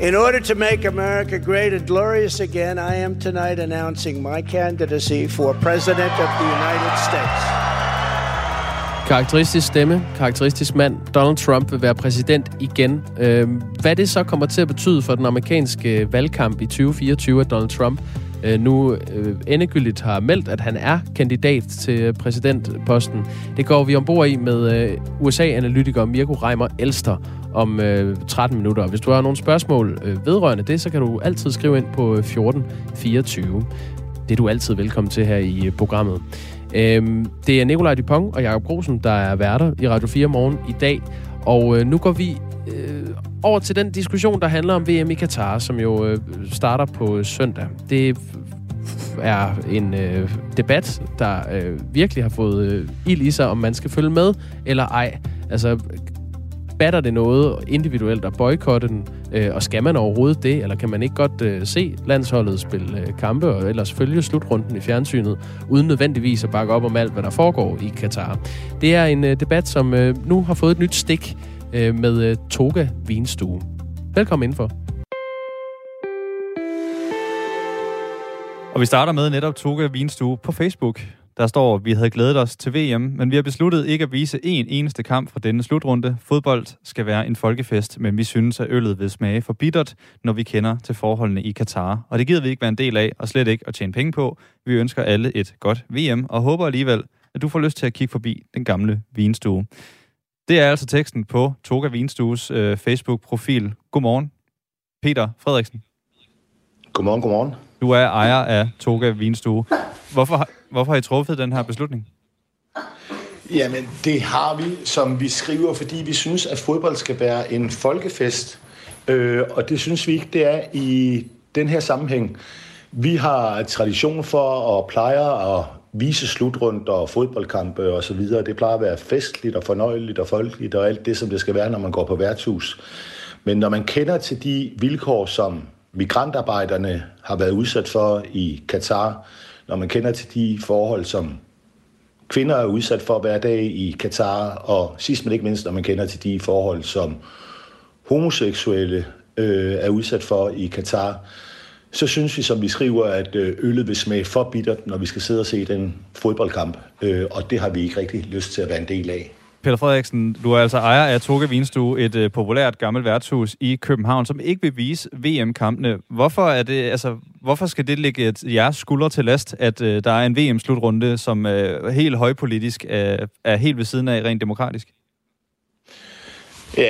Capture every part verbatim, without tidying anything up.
In order to make America great and glorious again, I am tonight announcing my candidacy for President of the United States. Karakteristisk stemme, karakteristisk mand. Donald Trump vil være præsident igen. Hvad det så kommer til at betyde for den amerikanske valgkamp i tyve fireogtyve, at Donald Trump nu endegyldigt har meldt, at han er kandidat til præsidentposten, det går vi ombord i med U S A-analytiker Mirko Reimer Elster om tretten minutter. Hvis du har nogle spørgsmål vedrørende det, så kan du altid skrive ind på fjorten fireogtyve. Det er du altid velkommen til her i programmet. Det er Nikolaj Dupont og Jakob Grosen, der er værter i Radio fire Morgen i dag. Og nu går vi over til den diskussion, der handler om V M i Katar, som jo starter på søndag. Det er en øh, debat, der øh, virkelig har fået øh, ild i sig, om man skal følge med eller ej. Altså, batter det noget individuelt at boykotte den, øh, og skal man overhovedet det, eller kan man ikke godt øh, se landsholdet spille øh, kampe, og ellers følge slutrunden i fjernsynet, uden nødvendigvis at bakke op om alt, hvad der foregår i Katar? Det er en øh, debat, som øh, nu har fået et nyt stik øh, med øh, Toga Vinstue. Velkommen indenfor. Og vi starter med netop Toga Vinstue på Facebook. Der står, vi havde glædet os til V M, men vi har besluttet ikke at vise en eneste kamp fra denne slutrunde. Fodbold skal være en folkefest, men vi synes, at øllet vil smage for bittert, når vi kender til forholdene i Katar. Og det gider vi ikke være en del af, og slet ikke at tjene penge på. Vi ønsker alle et godt V M, og håber alligevel, at du får lyst til at kigge forbi den gamle vinstue. Det er altså teksten på Toga Vinstues øh, Facebook-profil. Godmorgen, Peter Frederiksen. Godmorgen, godmorgen. Du er ejer af Toga Vinstue. Hvorfor, hvorfor har I truffet den her beslutning? Jamen, det har vi, som vi skriver, fordi vi synes, at fodbold skal være en folkefest. Øh, og det synes vi ikke, det er i den her sammenhæng. Vi har tradition for og plejer at vise slutrunder og fodboldkampe og så videre. Det plejer at være festligt og fornøjeligt og folkeligt og alt det, som det skal være, når man går på værtshus. Men når man kender til de vilkår, som migrantarbejderne har været udsat for i Katar, når man kender til de forhold, som kvinder er udsat for hver dag i Katar, og sidst men ikke mindst, når man kender til de forhold, som homoseksuelle øh, er udsat for i Katar, så synes vi, som vi skriver, at øllet vil smage for bittert, når vi skal sidde og se den fodboldkamp, øh, og det har vi ikke rigtig lyst til at være en del af. Peter Frederiksen, du er altså ejer af Toga Vinstue, et uh, populært gammelt værtshus i København, som ikke vil vise V M-kampene. Hvorfor er det, altså, hvorfor skal det ligge et, jeres skuldre til last, at uh, der er en V M-slutrunde, som uh, helt højpolitisk uh, er helt ved siden af rent demokratisk? Ja,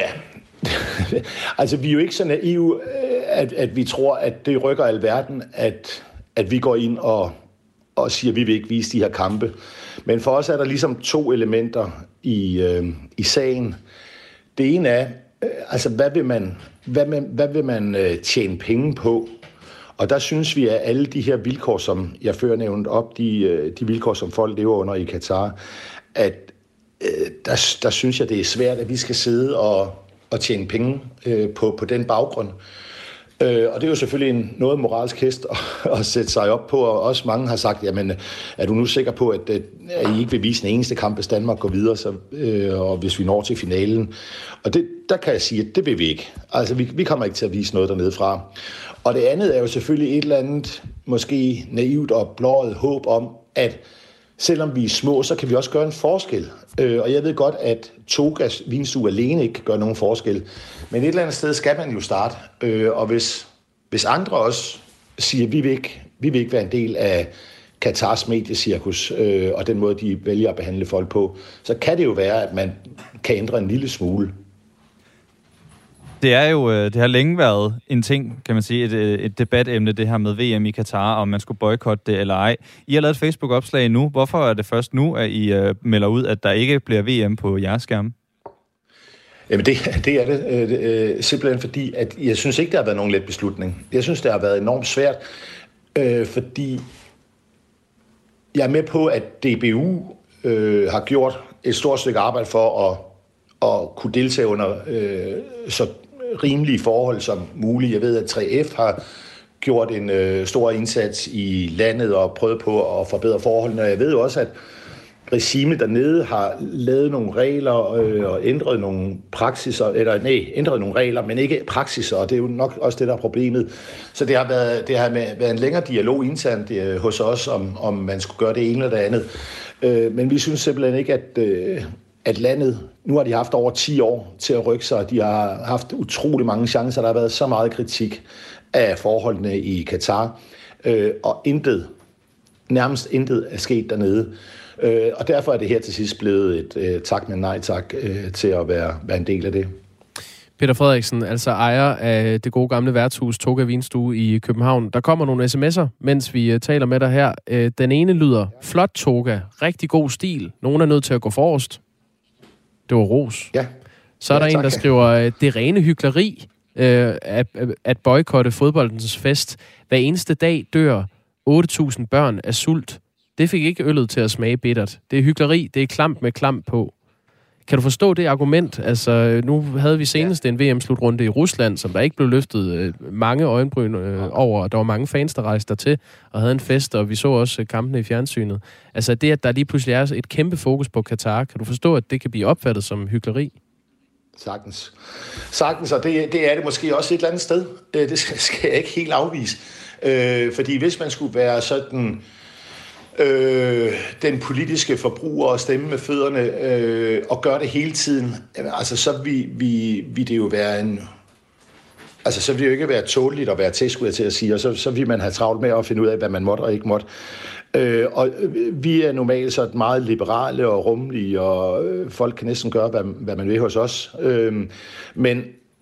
altså vi er jo ikke så naive, at, at vi tror, at det rykker alverden, at, at vi går ind og, og siger, at vi vil ikke vise de her kampe. Men for os er der ligesom to elementer i, øh, i sagen. Det ene er, øh, altså hvad vil man, hvad, man, hvad vil man øh, tjene penge på? Og der synes vi, at alle de her vilkår, som jeg før nævnte op, de, øh, de vilkår, som folk lever under i Katar, at øh, der, der synes jeg, det er svært, at vi skal sidde og, og tjene penge øh, på, på den baggrund. Øh, og det er jo selvfølgelig en noget moralsk hest at, at sætte sig op på, og også mange har sagt, jamen, er du nu sikker på, at, at I ikke vil vise en eneste kamp, hvis Danmark går videre, så, øh, og hvis vi når til finalen? Og det, der kan jeg sige, at det vil vi ikke. Altså, vi, vi kommer ikke til at vise noget dernede fra. Og det andet er jo selvfølgelig et eller andet, måske naivt og blåret håb om, at selvom vi er små, så kan vi også gøre en forskel. Øh, og jeg ved godt, at Togas Vinstue alene ikke kan gøre nogen forskel. Men et eller andet sted skal man jo starte. Øh, og hvis, hvis andre også siger, at vi vil ikke, vi vil ikke være en del af Katars mediecirkus, øh, og den måde, de vælger at behandle folk på, så kan det jo være, at man kan ændre en lille smule. Det er jo, det har længe været en ting, kan man sige, et, et debatemne, det her med V M i Katar, om man skulle boykotte det eller ej. I har lavet et Facebook-opslag nu. Hvorfor er det først nu, at I uh, melder ud, at der ikke bliver V M på jeres skærme? Jamen det, det er det øh, simpelthen fordi, at jeg synes ikke, der har været nogen let beslutning. Jeg synes, det har været enormt svært, øh, fordi jeg er med på, at D B U øh, har gjort et stort stykke arbejde for at, at kunne deltage under øh, så rimelige forhold som muligt. Jeg ved, at tre F har gjort en øh, stor indsats i landet og prøvet på at forbedre forholdene. Og jeg ved også, at regime dernede har lavet nogle regler øh, og ændret nogle praksiser, eller nej, ændret nogle regler, men ikke praksiser, og det er jo nok også det, der er problemet. Så det har været, det har været en længere dialog internt øh, hos os, om, om man skulle gøre det ene eller det andet. Øh, men vi synes simpelthen ikke, at, øh, at landet, nu har de haft over ti år til at rykke sig, de har haft utrolig mange chancer, der har været så meget kritik af forholdene i Katar, øh, og intet, nærmest intet er sket dernede. Øh, og derfor er det her til sidst blevet et øh, tak, men nej tak øh, til at være, være en del af det. Peter Frederiksen, altså ejer af det gode gamle værtshus Toga Vinstue i København. Der kommer nogle sms'er, mens vi uh, taler med dig her. Uh, den ene lyder, flot Toga, rigtig god stil. Nogen er nødt til at gå forrest. Det var ros. Ja. Så er ja, der tak. en, der skriver, uh, det rene hykleri uh, at, at boykotte fodboldens fest. Hver eneste dag dør otte tusind børn af sult. Det fik ikke øllet til at smage bittert. Det er hykleri, det er klamp med klamp på. Kan du forstå det argument? Altså, nu havde vi senest en V M-slutrunde i Rusland, som der ikke blev løftet øh, mange øjenbryn øh, over. Der var mange fans, der rejste dertil og havde en fest, og vi så også øh, kampene i fjernsynet. Altså, det, at der lige pludselig er et kæmpe fokus på Katar, kan du forstå, at det kan blive opfattet som hykleri? Sagtens. Sagtens, og det, det er det måske også et eller andet sted. Det skal jeg ikke helt afvise. Øh, fordi hvis man skulle være sådan... Øh, den politiske forbruger og stemme med fødderne øh, og gøre det hele tiden, altså så vil vi, vi det jo være en, altså så vil det jo ikke være tåleligt at være til, skulle jeg til at sige, og så, så vil man have travlt med at finde ud af, hvad man måtte og ikke måtte. Øh, og vi er normalt så meget liberale og rummelige, og øh, folk kan næsten gøre, hvad, hvad man vil hos os. Øh, men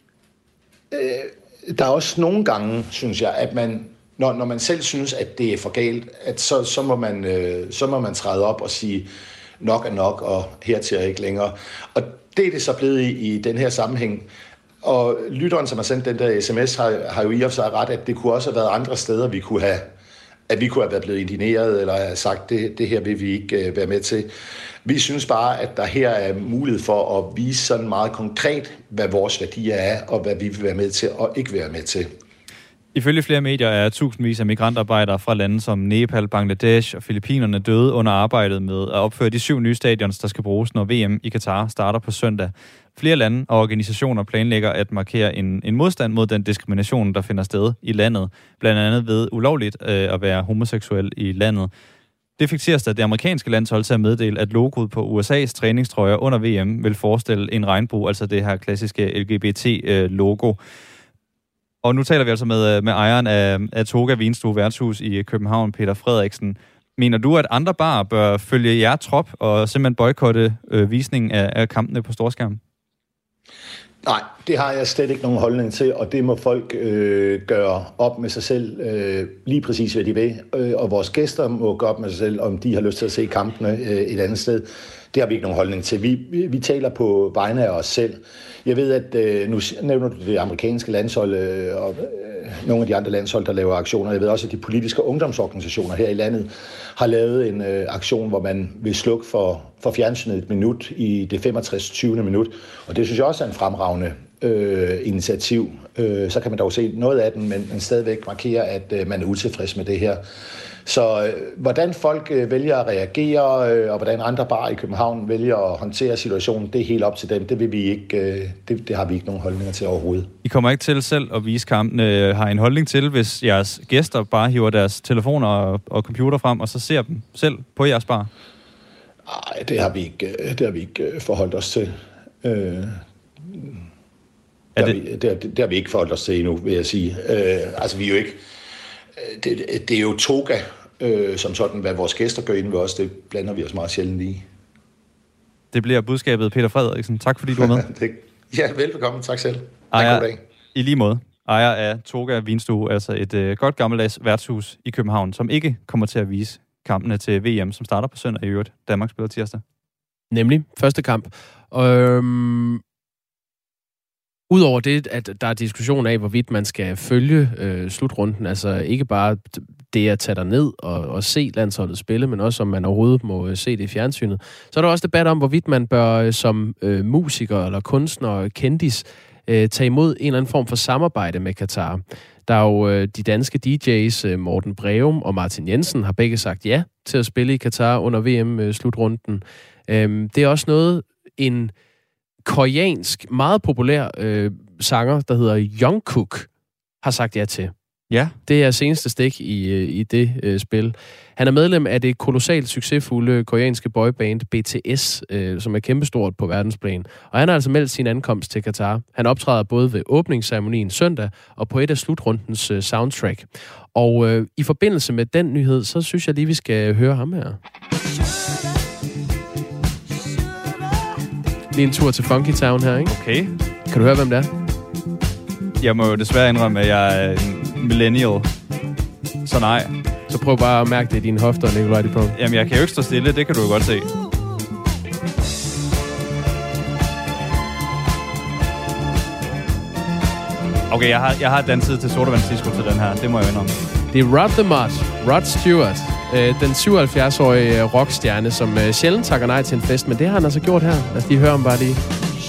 øh, der er også nogle gange, synes jeg, at man Når, når man selv synes, at det er for galt, at så, så, må man, øh, så må man træde op og sige, nok er nok, og hertil er ikke længere. Og det er det så blevet i, i den her sammenhæng. Og lytteren, som har sendt den der sms, har, har jo i og for sig ret, at det kunne også have været andre steder, vi kunne have, at vi kunne have været blevet indigneret, eller have sagt, det, det her vil vi ikke øh, være med til. Vi synes bare, at der her er mulighed for at vise sådan meget konkret, hvad vores værdier er, og hvad vi vil være med til og ikke være med til. Ifølge flere medier er tusindvis af migrantarbejdere fra lande som Nepal, Bangladesh og Filippinerne døde under arbejdet med at opføre de syv nye stadions, der skal bruges, når V M i Katar starter på søndag. Flere lande og organisationer planlægger at markere en, en modstand mod den diskrimination, der finder sted i landet, blandt andet ved ulovligt øh, at være homoseksuel i landet. Det fik tirsdag det amerikanske landshold til at meddele, at logoet på U S A's træningstrøjer under V M vil forestille en regnbue, altså det her klassiske L G B T-logo. Og nu taler vi altså med, med ejeren af, af Toga Vinstue værtshus i København, Peter Frederiksen. Mener du, at andre barer bør følge jer trop og simpelthen boykotte øh, visningen af, af kampene på storskærm? Nej, det har jeg slet ikke nogen holdning til, og det må folk øh, gøre op med sig selv, øh, lige præcis hvad de vil. Øh, og vores gæster må gøre op med sig selv, om de har lyst til at se kampene øh, et andet sted. Det har vi ikke nogen holdning til. Vi, vi, vi taler på vegne af os selv. Jeg ved, at øh, nu nævner du det amerikanske landshold øh, og øh, nogle af de andre landshold, der laver aktioner. Jeg ved også, at de politiske ungdomsorganisationer her i landet har lavet en øh, aktion, hvor man vil slukke for, for fjernsynet et minut i det femogtres tyvende minut. Og det synes jeg også er en fremragende øh, initiativ. Øh, så kan man dog se noget af den, men, men stadigvæk markere, at øh, man er utilfreds med det her. Så øh, hvordan folk øh, vælger at reagere, øh, og hvordan andre barer i København vælger at håndtere situationen, det er helt op til dem. Det vil vi ikke, øh, det, det har vi ikke nogen holdninger til overhovedet. I kommer ikke til selv at vise kampene. Har en holdning til, hvis jeres gæster bare hiver deres telefoner og, og computer frem, og så ser dem selv på jeres bar? Nej, det har vi ikke, det har vi ikke forholdt os til. Øh, det, har vi, det, har, det har vi ikke forholdt os til endnu, vil jeg sige. Øh, altså, vi er jo ikke... Det, det er jo Toga, øh, som sådan, hvad vores gæster gør inden ved os, det blander vi os meget sjældent i. Det bliver budskabet, Peter Frederiksen. Tak fordi du var med. det, ja, velbekomme. Tak selv. Ejer, tak, i lige måde. Ejer af Toga Vinstue, altså et øh, godt gammeldags værtshus i København, som ikke kommer til at vise kampene til V M, som starter på søndag i øvrigt. Danmark spiller tirsdag. Nemlig første kamp. Øhm Udover det, at der er diskussion af, hvorvidt man skal følge øh, slutrunden, altså ikke bare det at tage ned og, og se landsholdet spille, men også om man overhovedet må øh, se det i fjernsynet, så er der også debat om, hvorvidt man bør øh, som øh, musiker eller kunstner, kendis, øh, tage imod en eller anden form for samarbejde med Katar. Der er jo øh, de danske D J's, øh, Morten Breum og Martin Jensen, har begge sagt ja til at spille i Katar under V M-slutrunden. Øh, det er også noget, en koreansk, meget populær øh, sanger, der hedder Jungkook, har sagt ja til. Ja. Det er seneste stik i, i det øh, spil. Han er medlem af det kolossalt succesfulde koreanske boyband B T S, øh, som er kæmpestort på verdensplan. Og han har altså meldt sin ankomst til Katar. Han optræder både ved åbningsceremonien søndag og på et af slutrundens øh, soundtrack. Og øh, i forbindelse med den nyhed, så synes jeg lige, vi skal høre ham her. Lige en tur til Funky Town her, ikke? Okay. Kan du høre, hvem det er? Jeg må jo desværre indrømme, at jeg er en millennial. Så nej. Så prøv bare at mærke det i dine hofter, Nikolaj Dupont. Jamen, jeg kan jo ikke stå stille, det kan du jo godt se. Okay, jeg har, jeg har danset til sodavandsdisco til den her, det må jeg indrømme. Det er Rod the Mod, Rod Stewart, øh, den syvoghalvfjerds-årige rockstjerne, som øh, sjældent takker nej til en fest, men det har han altså gjort her. Lad os lige høre ham bare lige.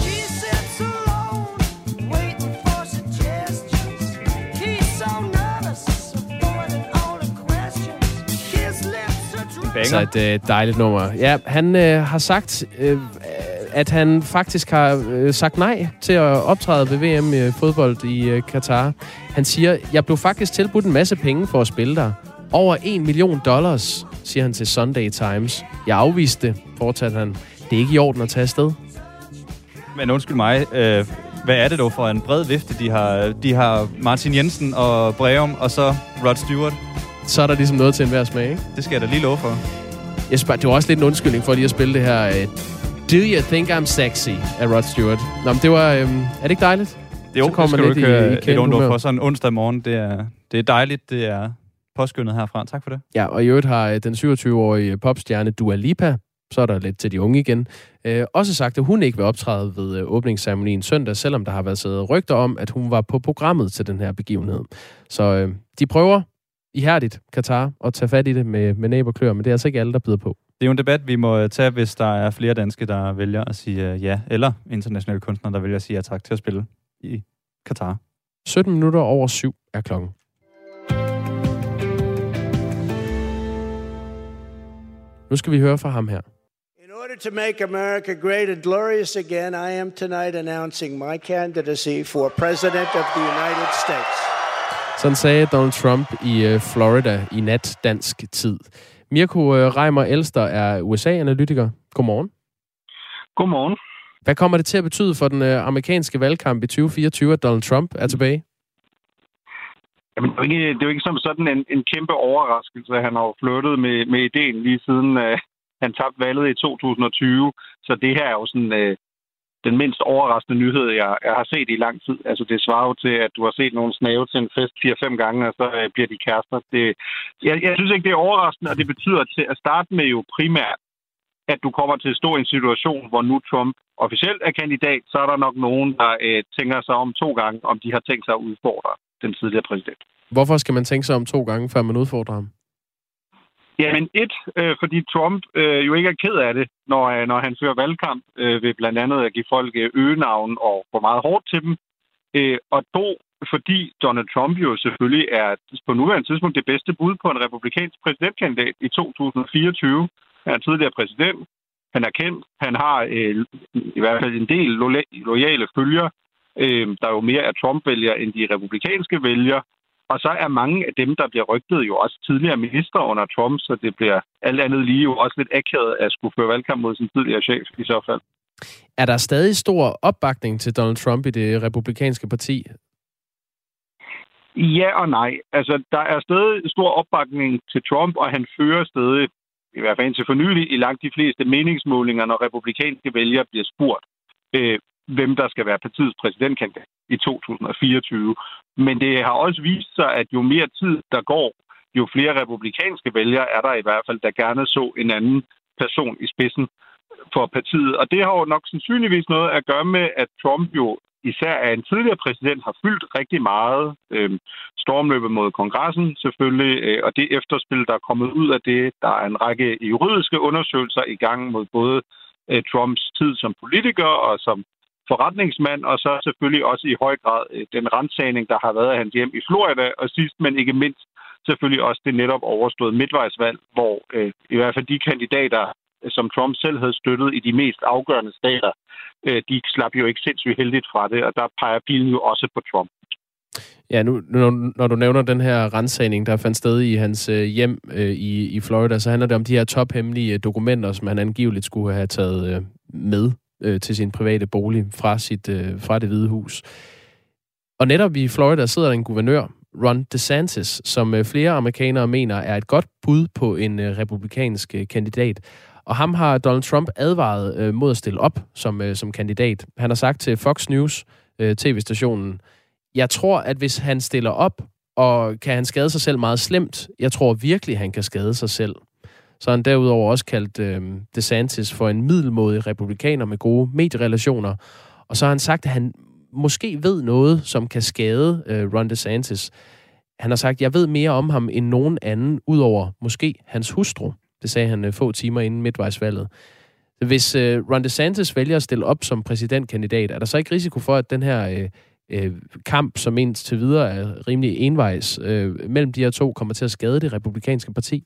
Så et øh, dejligt nummer. Ja, han øh, har sagt, øh, at han faktisk har øh, sagt nej til at optræde ved V M i fodbold i øh, Katar. Han siger, jeg blev faktisk tilbudt en masse penge for at spille der. Over en million dollars, siger han til Sunday Times. Jeg afviste det, fortsatte han. Det er ikke i orden at tage afsted. Men undskyld mig, øh, hvad er det dog for en bred vifte? De har, de har Martin Jensen og Breum, og så Rod Stewart. Så er der ligesom noget til enhver smag, ikke? Det skal jeg da lige love for. Jeg spørger, det var også lidt en undskyldning for lige at spille det her uh, Do You Think I'm Sexy af Rod Stewart. Nå, men det var... Øhm, er det ikke dejligt? Det jo, så kommer det skal man du lidt ikke et undre for sådan en onsdag morgen. Det er, det er dejligt, det er påskyndet herfra. Tak for det. Ja, og i øvrigt har den syvogtyve-årige popstjerne Dua Lipa, så er der lidt til de unge igen, øh, også sagt, at hun ikke vil optræde ved øh, åbningsceremonien søndag, selvom der har været siddet rygter om, at hun var på programmet til den her begivenhed. Så øh, de prøver ihærdigt, Katar, at tage fat i det med, med næb og klør, men det er altså ikke alle, der byder på. Det er jo en debat, vi må tage, hvis der er flere danske, der vælger at sige uh, ja, eller internationale kunstnere, der vælger at sige ja tak til at spille i Katar. sytten minutter over syv er klokken. Nu skal vi høre fra ham her. In order to make America great and glorious again, I am tonight announcing my candidacy for President of the United States. Sådan sagde Donald Trump i uh, Florida i nat dansk tid. Mirko uh, Reimer Elster er U S A-analytiker. Godmorgen. Godmorgen. Hvad kommer det til at betyde for den uh, amerikanske valgkamp i tyve fireogtyve, at Donald Trump er tilbage? Jamen, det er jo ikke, det er jo ikke som sådan en, en kæmpe overraskelse. Han har jo flyttet med, med ideen lige siden uh, han tabte valget i to tusind og tyve. Så det her er jo sådan uh, den mindst overraskende nyhed, jeg, jeg har set i lang tid. Altså, det svarer jo til, at du har set nogen snave til en fest fire-fem gange, og så uh, bliver de kærester. Det, jeg, jeg synes ikke, det er overraskende, og det betyder til at starte med jo primært, at du kommer til at stå i en situation, hvor nu Trump officielt er kandidat, så er der nok nogen, der uh, tænker sig om to gange, om de har tænkt sig at udfordre den tidligere præsident. Hvorfor skal man tænke sig om to gange, før man udfordrer ham? Jamen et, øh, fordi Trump øh, jo ikke er ked af det, når, når han fører valgkamp, øh, ved blandt andet at give folk øgenavn og gå meget hårdt til dem. Øh, og to, fordi Donald Trump jo selvfølgelig er på nuværende tidspunkt det bedste bud på en republikansk præsidentkandidat i to tusind og fireogtyve. Han er tidligere præsident. Han er kendt. Han har øh, i hvert fald en del lo- loyale følgere. Øh, der er jo mere af Trump-vælgere end de republikanske vælgere. Og så er mange af dem, der bliver rygtet, jo også tidligere minister under Trump, så det bliver alt andet lige jo også lidt akavet at skulle føre valgkamp mod sin tidligere chef i så fald. Er der stadig stor opbakning til Donald Trump i det republikanske parti? Ja og nej. Altså, der er stadig stor opbakning til Trump, og han fører stadig, i hvert fald indtil for nylig, i langt de fleste meningsmålinger, når republikanske vælgere bliver spurgt, øh, hvem der skal være partiets præsidentkandidat i to tusind og fireogtyve. Men det har også vist sig, at jo mere tid der går, jo flere republikanske vælgere er der i hvert fald, der gerne så en anden person i spidsen for partiet. Og det har jo nok sandsynligvis noget at gøre med, at Trump jo især af en tidligere præsident har fyldt rigtig meget. Øh, stormløbet mod kongressen selvfølgelig, øh, og det efterspil, der er kommet ud af det. Der er en række juridiske undersøgelser i gang mod både øh, Trumps tid som politiker og som forretningsmand, og så selvfølgelig også i høj grad den ransagning, der har været af hans hjem i Florida, og sidst, men ikke mindst, selvfølgelig også det netop overståede midtvejsvalg, hvor øh, i hvert fald de kandidater, som Trump selv havde støttet i de mest afgørende stater, øh, de slap jo ikke sindssygt heldigt fra det, og der peger pilen jo også på Trump. Ja, nu, når, når du nævner den her ransagning, der fandt sted i hans øh, hjem øh, i, i Florida, så handler det om de her tophemmelige dokumenter, som han angiveligt skulle have taget øh, med øh, til sin private bolig fra, sit, øh, fra det Hvide Hus. Og netop i Florida sidder der en guvernør, Ron DeSantis, som øh, flere amerikanere mener er et godt bud på en øh, republikansk øh, kandidat. Og ham har Donald Trump advaret øh, mod at stille op som, øh, som kandidat. Han har sagt til Fox News, øh, tv-stationen, jeg tror, at hvis han stiller op, og kan han skade sig selv meget slemt, jeg tror virkelig, han kan skade sig selv. Så har han derudover også kaldt øh, DeSantis for en middelmådig republikaner med gode medierelationer. Og så har han sagt, at han måske ved noget, som kan skade øh, Ron DeSantis. Han har sagt, jeg ved mere om ham end nogen anden, udover måske hans hustru. Det sagde han øh, få timer inden midtvejsvalget. Hvis øh, Ron DeSantis vælger at stille op som præsidentkandidat, er der så ikke risiko for, at den her øh, øh, kamp, som indtil videre er rimelig envejs, øh, mellem de her to, kommer til at skade det republikanske parti?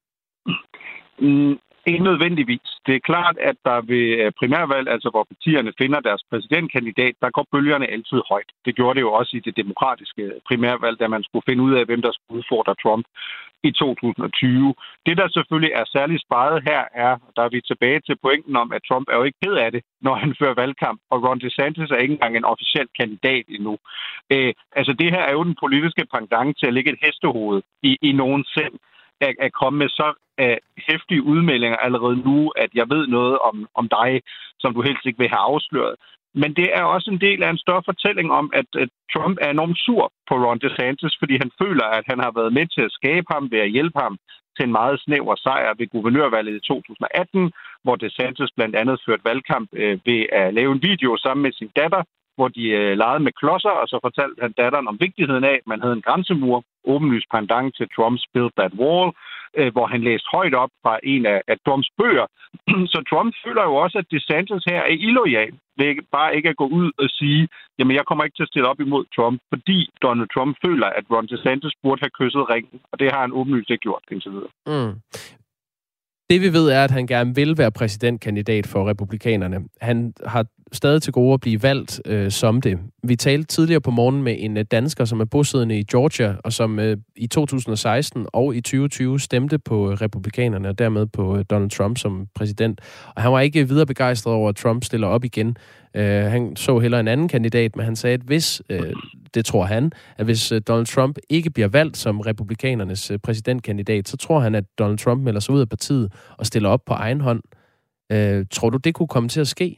Mm. Ikke nødvendigvis. Det er klart, at der ved primærvalg, altså hvor partierne finder deres præsidentkandidat, der går bølgerne altid højt. Det gjorde det jo også i det demokratiske primærvalg, da man skulle finde ud af, hvem der skulle udfordre Trump i to tusind og tyve. Det, der selvfølgelig er særligt sparet her, er, der er vi tilbage til pointen om, at Trump er jo ikke ked af det, når han fører valgkamp, og Ron DeSantis er ikke engang en officiel kandidat endnu. Øh, altså det her er jo den politiske pendant til at lægge et hestehoved i, i nogen selv. At, at komme med så uh, heftige udmeldinger allerede nu, at jeg ved noget om, om dig, som du helst ikke vil have afsløret. Men det er også en del af en større fortælling om, at, at Trump er enormt sur på Ron DeSantis, fordi han føler, at han har været med til at skabe ham ved at hjælpe ham til en meget snæver sejr ved guvernørvalget i to tusind og atten, hvor DeSantis blandt andet førte valgkamp uh, ved at lave en video sammen med sin datter, hvor de øh, legede med klodser, og så fortalte han datteren om vigtigheden af, at man havde en grænsemur, åbenlyst pendant til Trumps Build That Wall, øh, hvor han læste højt op fra en af, af Trumps bøger. Så Trump føler jo også, at DeSantis her er illoyal, ved bare ikke at gå ud og sige, jamen jeg kommer ikke til at stille op imod Trump, fordi Donald Trump føler, at Ron DeSantis burde have kysset ringen, og det har han åbenlyst ikke gjort indtil videre. Mm. Det vi ved er, at han gerne vil være præsidentkandidat for republikanerne. Han har stadig til gode at blive valgt øh, som det. Vi talte tidligere på morgen med en øh, dansker, som er bosiddende i Georgia, og som øh, i to tusind og seksten og i tyve tyve stemte på øh, republikanerne, og dermed på øh, Donald Trump som præsident. Og han var ikke videre begejstret over, at Trump stiller op igen. Øh, han så heller en anden kandidat, men han sagde, at hvis, øh, det tror han, at hvis øh, Donald Trump ikke bliver valgt som republikanernes øh, præsidentkandidat, så tror han, at Donald Trump melder sig ud af partiet og stiller op på egen hånd. Øh, tror du, det kunne komme til at ske?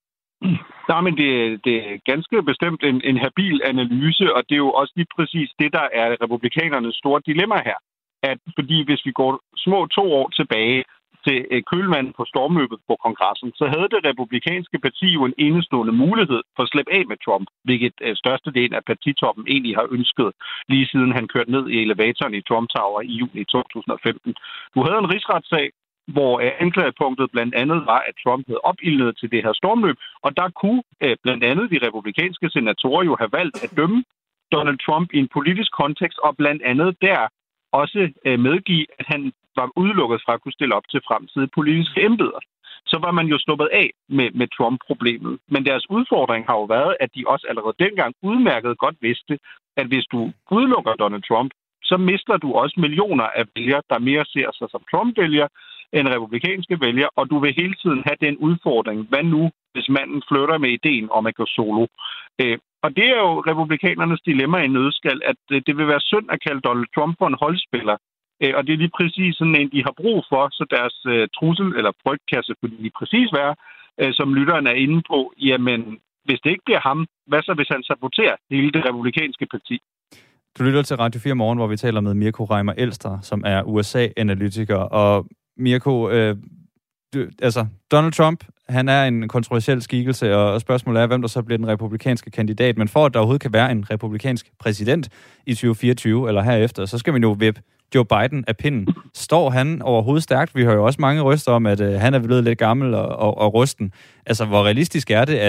Nej, men det, det er ganske bestemt en, en habil analyse, og det er jo også lige præcis det, der er republikanernes store dilemma her. At fordi hvis vi går små to år tilbage til kølvandet på stormløbet på kongressen, så havde det republikanske parti jo en enestående mulighed for at slippe af med Trump, hvilket størstedelen af partitoppen egentlig har ønsket, lige siden han kørte ned i elevatoren i Trump Tower i juni to tusind og femten. Du havde en rigsretssag, hvor anklagepunktet blandt andet var, at Trump havde opildnet til det her stormløb, og der kunne eh, blandt andet de republikanske senatorer jo have valgt at dømme Donald Trump i en politisk kontekst, og blandt andet der også eh, medgive, at han var udelukket fra at kunne stille op til fremtidige politiske embeder. Så var man jo sluppet af med, med Trump-problemet. Men deres udfordring har jo været, at de også allerede dengang udmærket godt vidste, at hvis du udelukker Donald Trump, så mister du også millioner af vælgere, der mere ser sig som Trump-vælgere end republikanske vælgere, og du vil hele tiden have den udfordring. Hvad nu, hvis manden flytter med ideen om at gå solo? Øh, og det er jo republikanernes dilemma i nødskal, at øh, det vil være synd at kalde Donald Trump for en holdspiller. Øh, og det er lige præcis sådan en, de har brug for, så deres øh, trussel eller frygt kan selvfølgelig lige præcis være, øh, som lytteren er inde på, jamen hvis det ikke bliver ham, hvad så hvis han saboterer hele det republikanske parti? Du lytter til Radio fire Morgen, hvor vi taler med Mirko Reimer Elster, som er U S A-analytiker. Og Mirko, øh, du, altså Donald Trump, han er en kontroversiel skikkelse, og spørgsmålet er, hvem der så bliver den republikanske kandidat. Men for at der overhovedet kan være en republikansk præsident i tyve fireogtyve eller herefter, så skal man jo vippe Joe Biden af pinden. Står han overhovedet stærkt? Vi har jo også mange røster om, at øh, han er blevet lidt gammel og, og, og rusten. Altså, hvor realistisk er det, at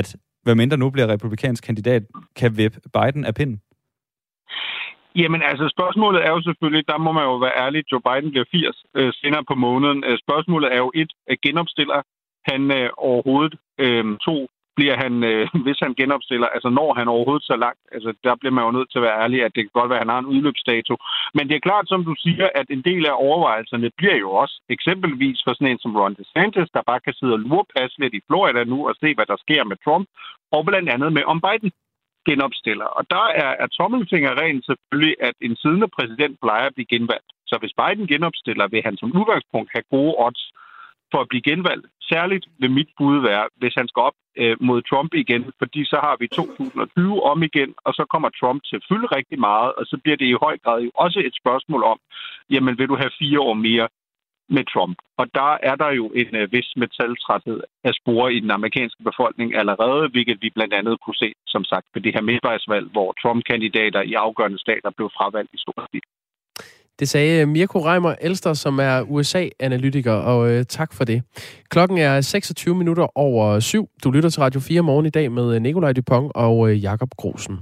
hvad mindre nu bliver republikansk kandidat, kan vippe Biden af pinden? Jamen altså, spørgsmålet er jo selvfølgelig, der må man jo være ærlig, Joe Biden bliver firs øh, senere på måneden. Øh, spørgsmålet er jo et, at genopstiller han øh, overhovedet. Øh, to, bliver han, øh, hvis han genopstiller, altså når han overhovedet så langt, altså der bliver man jo nødt til at være ærlig, at det kan godt være, at han har en udløbsdato. Men det er klart, som du siger, at en del af overvejelserne bliver jo også eksempelvis for sådan en som Ron DeSantis, der bare kan sidde og lurepasse lidt i Florida nu og se, hvad der sker med Trump, og blandt andet med om Biden genopstiller. Og der er, er tommelfingerreglen selvfølgelig, at en siddende præsident plejer at blive genvalgt. Så hvis Biden genopstiller, vil han som udgangspunkt have gode odds for at blive genvalgt. Særligt vil mit bud være, hvis han skal op øh, mod Trump igen, fordi så har vi to tusind og tyve om igen, og så kommer Trump til at fylde rigtig meget, og så bliver det i høj grad jo også et spørgsmål om, jamen vil du have fire år mere med Trump? Og der er der jo en øh, vis metaltræthed af spore i den amerikanske befolkning allerede, hvilket vi blandt andet kunne se, som sagt, ved det her midtvejsvalg, hvor Trump-kandidater i afgørende stater blev fravalgt i stor stil. Det sagde Mirko Reimer Elster, som er U S A-analytiker, og øh, tak for det. Klokken er seksogtyve minutter over syv. Du lytter til Radio fire morgen i dag med Nikolaj Dupont og øh, Jakob Grosen.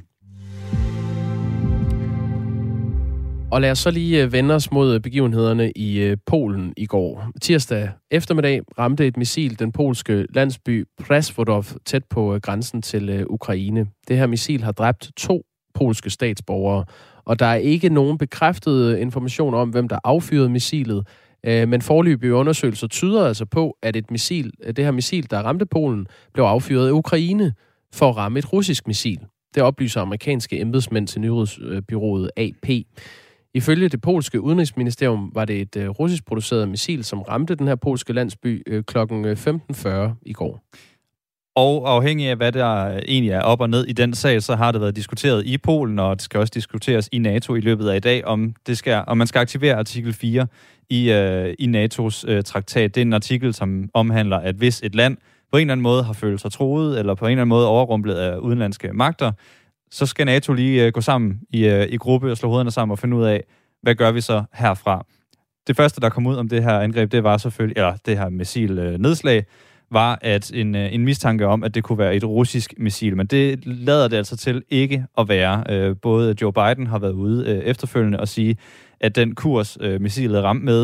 Og lad os så lige vende os mod begivenhederne i øh, Polen i går. Tirsdag eftermiddag ramte et missil den polske landsby Przeworów tæt på øh, grænsen til øh, Ukraine. Det her missil har dræbt to polske statsborgere, og der er ikke nogen bekræftet information om, hvem der affyrede missilet, men foreløbige undersøgelser tyder altså på, at et missil, det her missil, der ramte Polen, blev affyret af Ukraine for at ramme et russisk missil. Det oplyser amerikanske embedsmænd til nyhedsbyrået A P. Ifølge det polske udenrigsministerium var det et russisk produceret missil, som ramte den her polske landsby klokken femten fyrre i går. Og afhængig af, hvad der egentlig er op og ned i den sag, så har det været diskuteret i Polen, og det skal også diskuteres i NATO i løbet af i dag, om, det skal, om man skal aktivere artikel fire i, øh, i NATO's øh, traktat. Det er en artikel, som omhandler, at hvis et land på en eller anden måde har følt sig truet, eller på en eller anden måde overrumplet af udenlandske magter, så skal NATO lige øh, gå sammen i, øh, i gruppe og slå hovederne sammen og finde ud af, hvad gør vi så herfra. Det første, der kom ud om det her angreb, det var selvfølgelig, eller det her missil øh, nedslag, var at en, en mistanke om, at det kunne være et russisk missil. Men det lader det altså til ikke at være. Både Joe Biden har været ude efterfølgende og sige, at den kurs, missilet ramte med,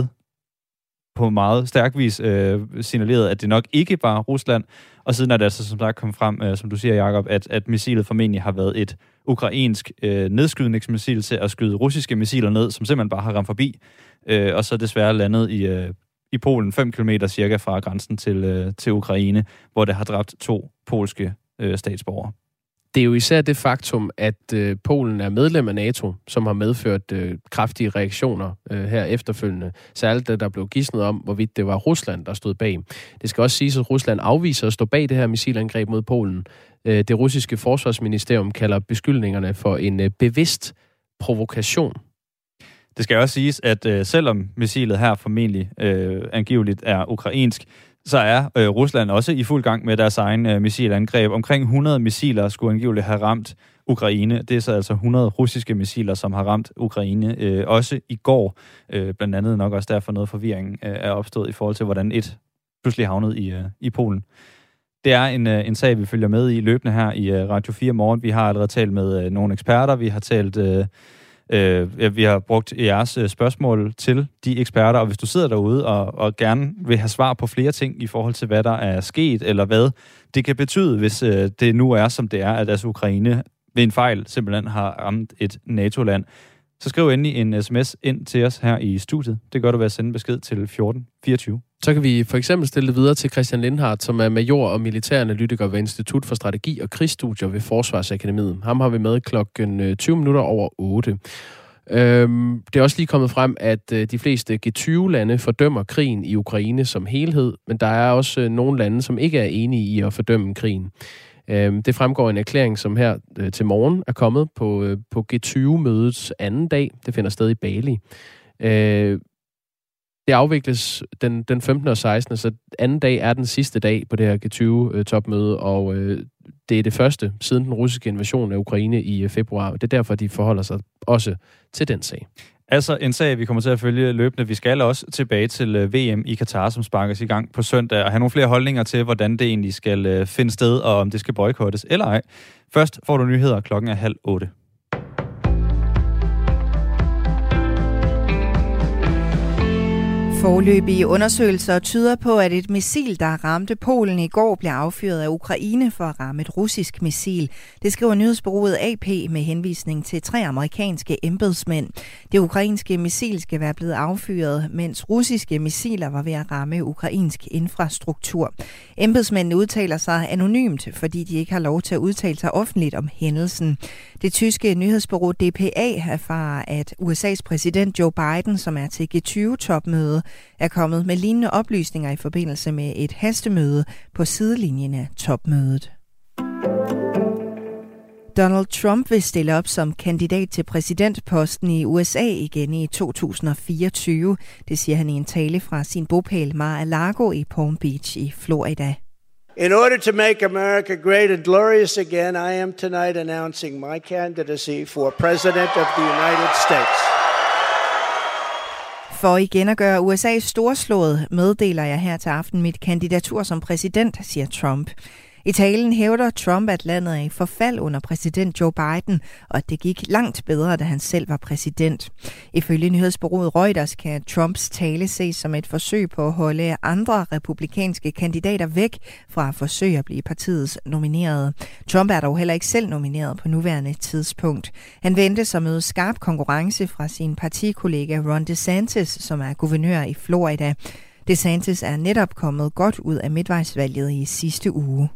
på meget stærk vis signalerede, at det nok ikke var Rusland. Og siden er det altså som sagt kommet frem, som du siger, Jacob, at, at missilet formentlig har været et ukrainsk nedskydningsmissil til at skyde russiske missiler ned, som simpelthen bare har ramt forbi, og så desværre landet i i Polen, fem kilometer cirka fra grænsen til, øh, til Ukraine, hvor det har dræbt to polske øh, statsborgere. Det er jo især det faktum, at øh, Polen er medlem af NATO, som har medført øh, kraftige reaktioner øh, her efterfølgende. Særligt da der blev gidsnet om, hvorvidt det var Rusland, der stod bag. Det skal også siges, at Rusland afviser at stå bag det her missilangreb mod Polen. Øh, det russiske forsvarsministerium kalder beskyldningerne for en øh, bevidst provokation. Det skal også siges, at øh, selvom missilet her formentlig øh, angiveligt er ukrainsk, så er øh, Rusland også i fuld gang med deres egen øh, missilangreb. Omkring hundrede missiler skulle angiveligt have ramt Ukraine. Det er så altså hundrede russiske missiler, som har ramt Ukraine. Øh, også i går, øh, blandt andet nok også derfor noget forvirring øh, er opstået i forhold til, hvordan et pludselig havnede i, øh, i Polen. Det er en, øh, en sag, vi følger med i løbende her i øh, Radio fire Morgen. Vi har allerede talt med øh, nogle eksperter. Vi har talt... Øh, Øh, vi har brugt jeres øh, spørgsmål til de eksperter, og hvis du sidder derude og, og gerne vil have svar på flere ting i forhold til, hvad der er sket, eller hvad det kan betyde, hvis øh, det nu er, som det er, at altså Ukraine ved en fejl simpelthen har ramt et NATO-land, så skriv endelig en sms ind til os her i studiet. Det gør du ved at sende besked til fjorten fireogtyve. Så kan vi for eksempel stille det videre til Christian Lindhardt, som er major og militæranalytiker ved Institut for Strategi og Krigsstudier ved Forsvarsakademiet. Ham har vi med klokken tyve minutter over otte. Øhm, det er også lige kommet frem, at de fleste G tyve lande fordømmer krigen i Ukraine som helhed, men der er også nogle lande, som ikke er enige i at fordømme krigen. Øhm, det fremgår en erklæring, som her øh, til morgen er kommet på, øh, på G tyve-mødets anden dag. Det finder sted i Bali. Øh, Det afvikles den, den femtende og sekstende, så anden dag er den sidste dag på det her G tyve-topmøde, og øh, det er det første siden den russiske invasion af Ukraine i øh, februar. Det er derfor, de forholder sig også til den sag. Altså en sag, vi kommer til at følge løbende. Vi skal også tilbage til øh, V M i Katar, som sparkes i gang på søndag, og have nogle flere holdninger til, hvordan det egentlig skal øh, finde sted, og om det skal boykottes eller ej. Først får du nyheder. Klokken er halv otte. Foreløbige undersøgelser tyder på, at et missil, der ramte Polen i går, blev affyret af Ukraine for at ramme et russisk missil. Det skriver nyhedsbureauet A P med henvisning til tre amerikanske embedsmænd. Det ukrainske missil skal være blevet affyret, mens russiske missiler var ved at ramme ukrainsk infrastruktur. Embedsmændene udtaler sig anonymt, fordi de ikke har lov til at udtale sig offentligt om hændelsen. Det tyske nyhedsbureau D P A erfarer, at U S A's præsident Joe Biden, som er til G tyve-topmøde, er kommet med lignende oplysninger i forbindelse med et hastemøde på sidelinjen af topmødet. Donald Trump vil stille op som kandidat til præsidentposten i U S A igen i to tusind og fireogtyve. Det siger han i en tale fra sin bopæl Mar-a-Lago i Palm Beach i Florida. In order to make America great and glorious again, I am tonight announcing my candidacy for President of the United States. For igen at gøre U S A storslået, meddeler jeg her til aften mit kandidatur som præsident, siger Trump. I talen hævder Trump, at landet er i forfald under præsident Joe Biden, og at det gik langt bedre, da han selv var præsident. Ifølge nyhedsbureauet Reuters kan Trumps tale ses som et forsøg på at holde andre republikanske kandidater væk fra at forsøge at blive partiets nomineret. Trump er dog heller ikke selv nomineret på nuværende tidspunkt. Han ventes at møde skarp konkurrence fra sin partikollega Ron DeSantis, som er guvernør i Florida. DeSantis er netop kommet godt ud af midtvejsvalget i sidste uge.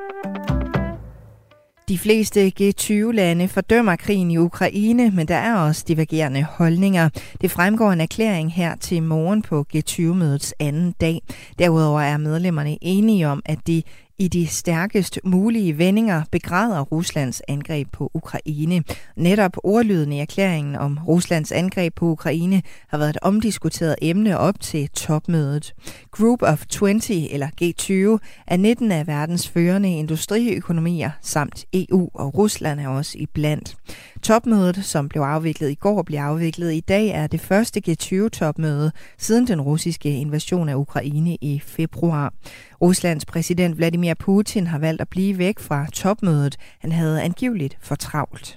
De fleste G tyve-lande fordømmer krigen i Ukraine, men der er også divergerende holdninger. Det fremgår en erklæring her til morgen på G tyve-mødets anden dag. Derudover er medlemmerne enige om, at de i de stærkest mulige vendinger begræder Ruslands angreb på Ukraine. Netop ordlyden i erklæringen om Ruslands angreb på Ukraine har været et omdiskuteret emne op til topmødet. Group of tyve, eller G tyve, er nitten af verdens førende industriøkonomier, samt E U og Rusland er også iblandt. Topmødet, som blev afviklet i går, blev afviklet i dag, er det første G tyve-topmøde siden den russiske invasion af Ukraine i februar. Ruslands præsident Vladimir Putin har valgt at blive væk fra topmødet. Han havde angiveligt for travlt.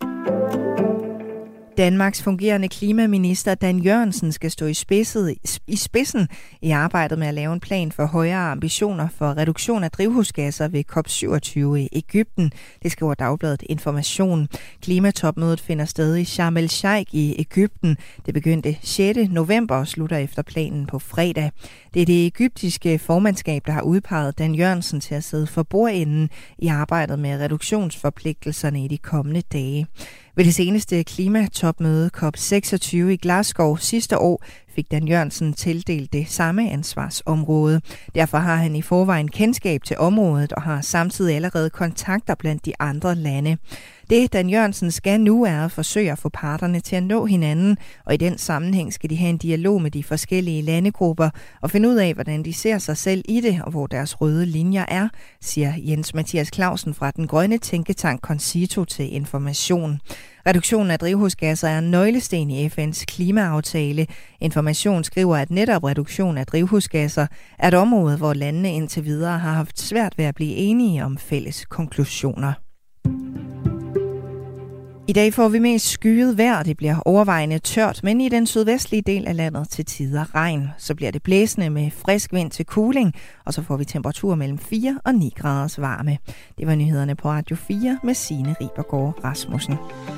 Danmarks fungerende klimaminister Dan Jørgensen skal stå i spidsen, i spidsen i arbejdet med at lave en plan for højere ambitioner for reduktion af drivhusgasser ved COP syvogtyve i Egypten. Det skriver Dagbladet Information. Klimatopmødet finder sted i Sharm el-Sheikh i Egypten. Det begyndte sjette november og slutter efter planen på fredag. Det er det egyptiske formandskab, der har udpeget Dan Jørgensen til at sidde for bordenden i arbejdet med reduktionsforpligtelserne i de kommende dage. Ved det seneste klimatopmøde COP seksogtyve i Glasgow sidste år fik Dan Jørgensen tildelt det samme ansvarsområde. Derfor har han i forvejen kendskab til området og har samtidig allerede kontakter blandt de andre lande. Det Dan Jørgensen skal nu er at forsøge at få parterne til at nå hinanden, og i den sammenhæng skal de have en dialog med de forskellige landegrupper og finde ud af, hvordan de ser sig selv i det og hvor deres røde linjer er, siger Jens Mathias Clausen fra den grønne tænketank Concito til Information. Reduktionen af drivhusgasser er en nøglesten i F N's klimaaftale. Information skriver, at netop reduktion af drivhusgasser er et område, hvor landene indtil videre har haft svært ved at blive enige om fælles konklusioner. I dag får vi mest skyet vejr, det bliver overvejende tørt, men i den sydvestlige del af landet til tider regn. Så bliver det blæsende med frisk vind til kuling, og så får vi temperaturer mellem fire og ni graders varme. Det var nyhederne på Radio fire med Signe Ribergaard Rasmussen.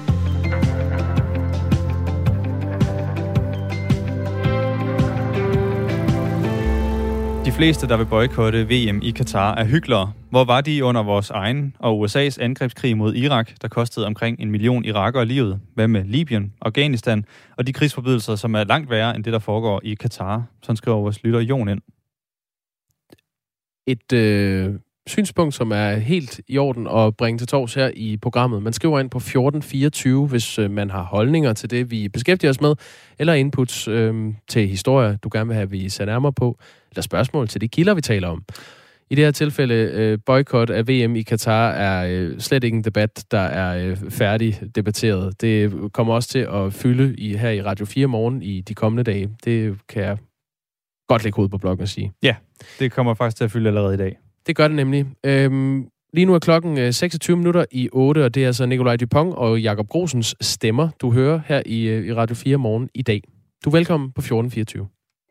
De fleste, der vil boykotte V M i Katar, er hyklere. Hvor var de under vores egen og U S A's angrebskrig mod Irak, der kostede omkring en million irakere livet? Hvad med Libyen, Afghanistan og de krigsforbrydelser, som er langt værre end det, der foregår i Katar? Sådan skriver vores lytter Jon ind. Et øh, synspunkt, som er helt i orden at bringe til torvs her i programmet. Man skriver ind på fjorten fireogtyve, hvis øh, man har holdninger til det, vi beskæftiger os med, eller inputs øh, til historier, du gerne vil have, vi ser nærmere på, eller spørgsmål til de kilder, vi taler om. I det her tilfælde, øh, boykot af V M i Katar er øh, slet ikke en debat, der er øh, færdig debatteret. Det kommer også til at fylde i, her i Radio fire morgen i de kommende dage. Det kan jeg godt lægge hovedet på blokken at sige. Ja, det kommer faktisk til at fylde allerede i dag. Det gør det nemlig. Øhm, lige nu er klokken seksogtyve minutter i otte, og det er altså Nikolaj Dupont og Jakob Grosens stemmer, du hører her i, i Radio fire morgen i dag. Du er velkommen på fjorten fireogtyve.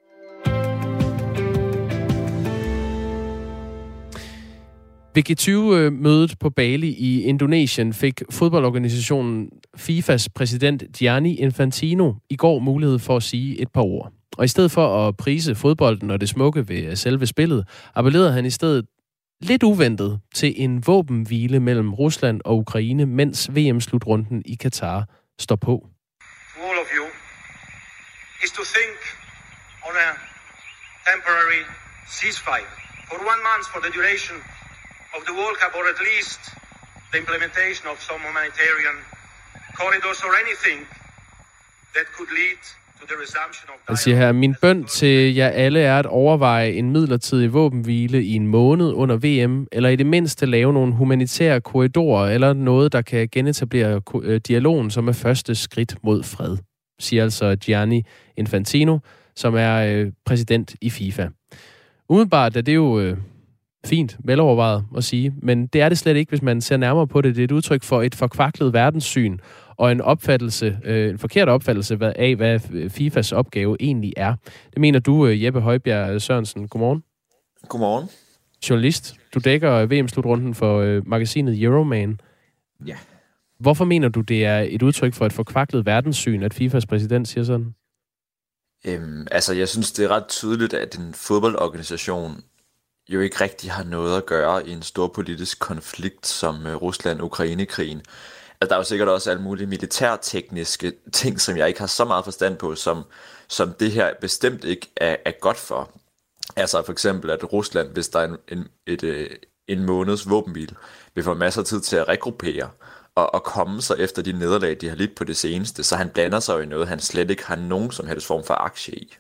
Ved G tyve-mødet på Bali i Indonesien fik fodboldorganisationen FIFAs præsident Gianni Infantino i går mulighed for at sige et par ord. Og i stedet for at prise fodbolden og det smukke ved selve spillet, appellerede han i stedet lidt uventet til en våbenhvile mellem Rusland og Ukraine, mens V M-slutrunden i Katar står på. All of you is to think on a temporary ceasefire for one month for the duration of the World Cup, or at least the implementation of some humanitarian corridors or anything that could lead to the resumption of dialogue. Han siger her, min bøn til jer alle er at overveje en midlertidig våbenhvile i en måned under V M, eller i det mindste lave nogle humanitære korridorer, eller noget, der kan genetablere dialogen, som er første skridt mod fred, siger altså Gianni Infantino, som er øh, præsident i FIFA. Umiddelbart er det jo øh, fint, velovervejet at sige, men det er det slet ikke, hvis man ser nærmere på det. Det er et udtryk for et forkvaklet verdenssyn, og en opfattelse, øh, en forkert opfattelse af, hvad FIFAs opgave egentlig er. Det mener du, Jeppe Højbjerg Sørensen. Godmorgen. Godmorgen. Journalist. Du dækker V M-slutrunden for øh, magasinet Euroman. Ja. Hvorfor mener du, det er et udtryk for et forkvaklet verdenssyn, at FIFAs præsident siger sådan? Øhm, altså, jeg synes, det er ret tydeligt, at en fodboldorganisation jo ikke rigtig har noget at gøre i en stor politisk konflikt som øh, Rusland-Ukraine-krigen. Altså, der er jo sikkert også alle mulige militærtekniske ting, som jeg ikke har så meget forstand på, som, som det her bestemt ikke er, er godt for. Altså for eksempel, at Rusland, hvis der er en, en, et, et, en måneds våbenhvile, vil få masser af tid til at regruppere og, og komme sig efter de nederlag, de har lidt på det seneste. Så han blander sig jo i noget, han slet ikke har nogen som helst form for aktie i.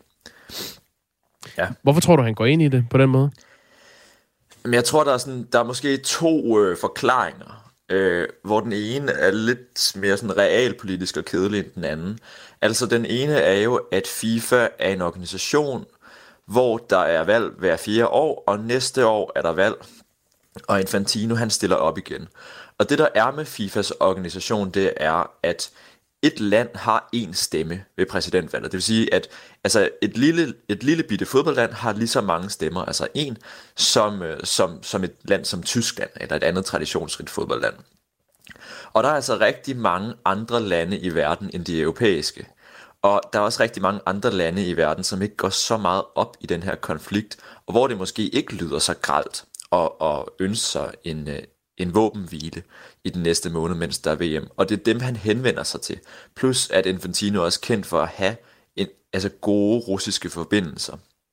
Ja. Hvorfor tror du, han går ind i det på den måde? Men jeg tror, der er, sådan, der er måske to øh, forklaringer. Øh, hvor den ene er lidt mere sådan realpolitisk og kedelig end den anden. Altså den ene er jo, at FIFA er en organisation, hvor der er valg hver fire år, og næste år er der valg, og Infantino han stiller op igen. Og det der er med FIFAs organisation, det er, at et land har én stemme ved præsidentvalget. Det vil sige, at altså et, lille, et lille bitte fodboldland har lige så mange stemmer, altså en, som, som, som et land som Tyskland, eller et andet traditionsrigt fodboldland. Og der er altså rigtig mange andre lande i verden end de europæiske. Og der er også rigtig mange andre lande i verden, som ikke går så meget op i den her konflikt, og hvor det måske ikke lyder så grelt at, at ønske sig en, en våbenhvile i den næste måned, mens der er V M. Og det er dem, han henvender sig til. Plus at Infantino er også kendt for at have en, altså gode russiske forbindelser.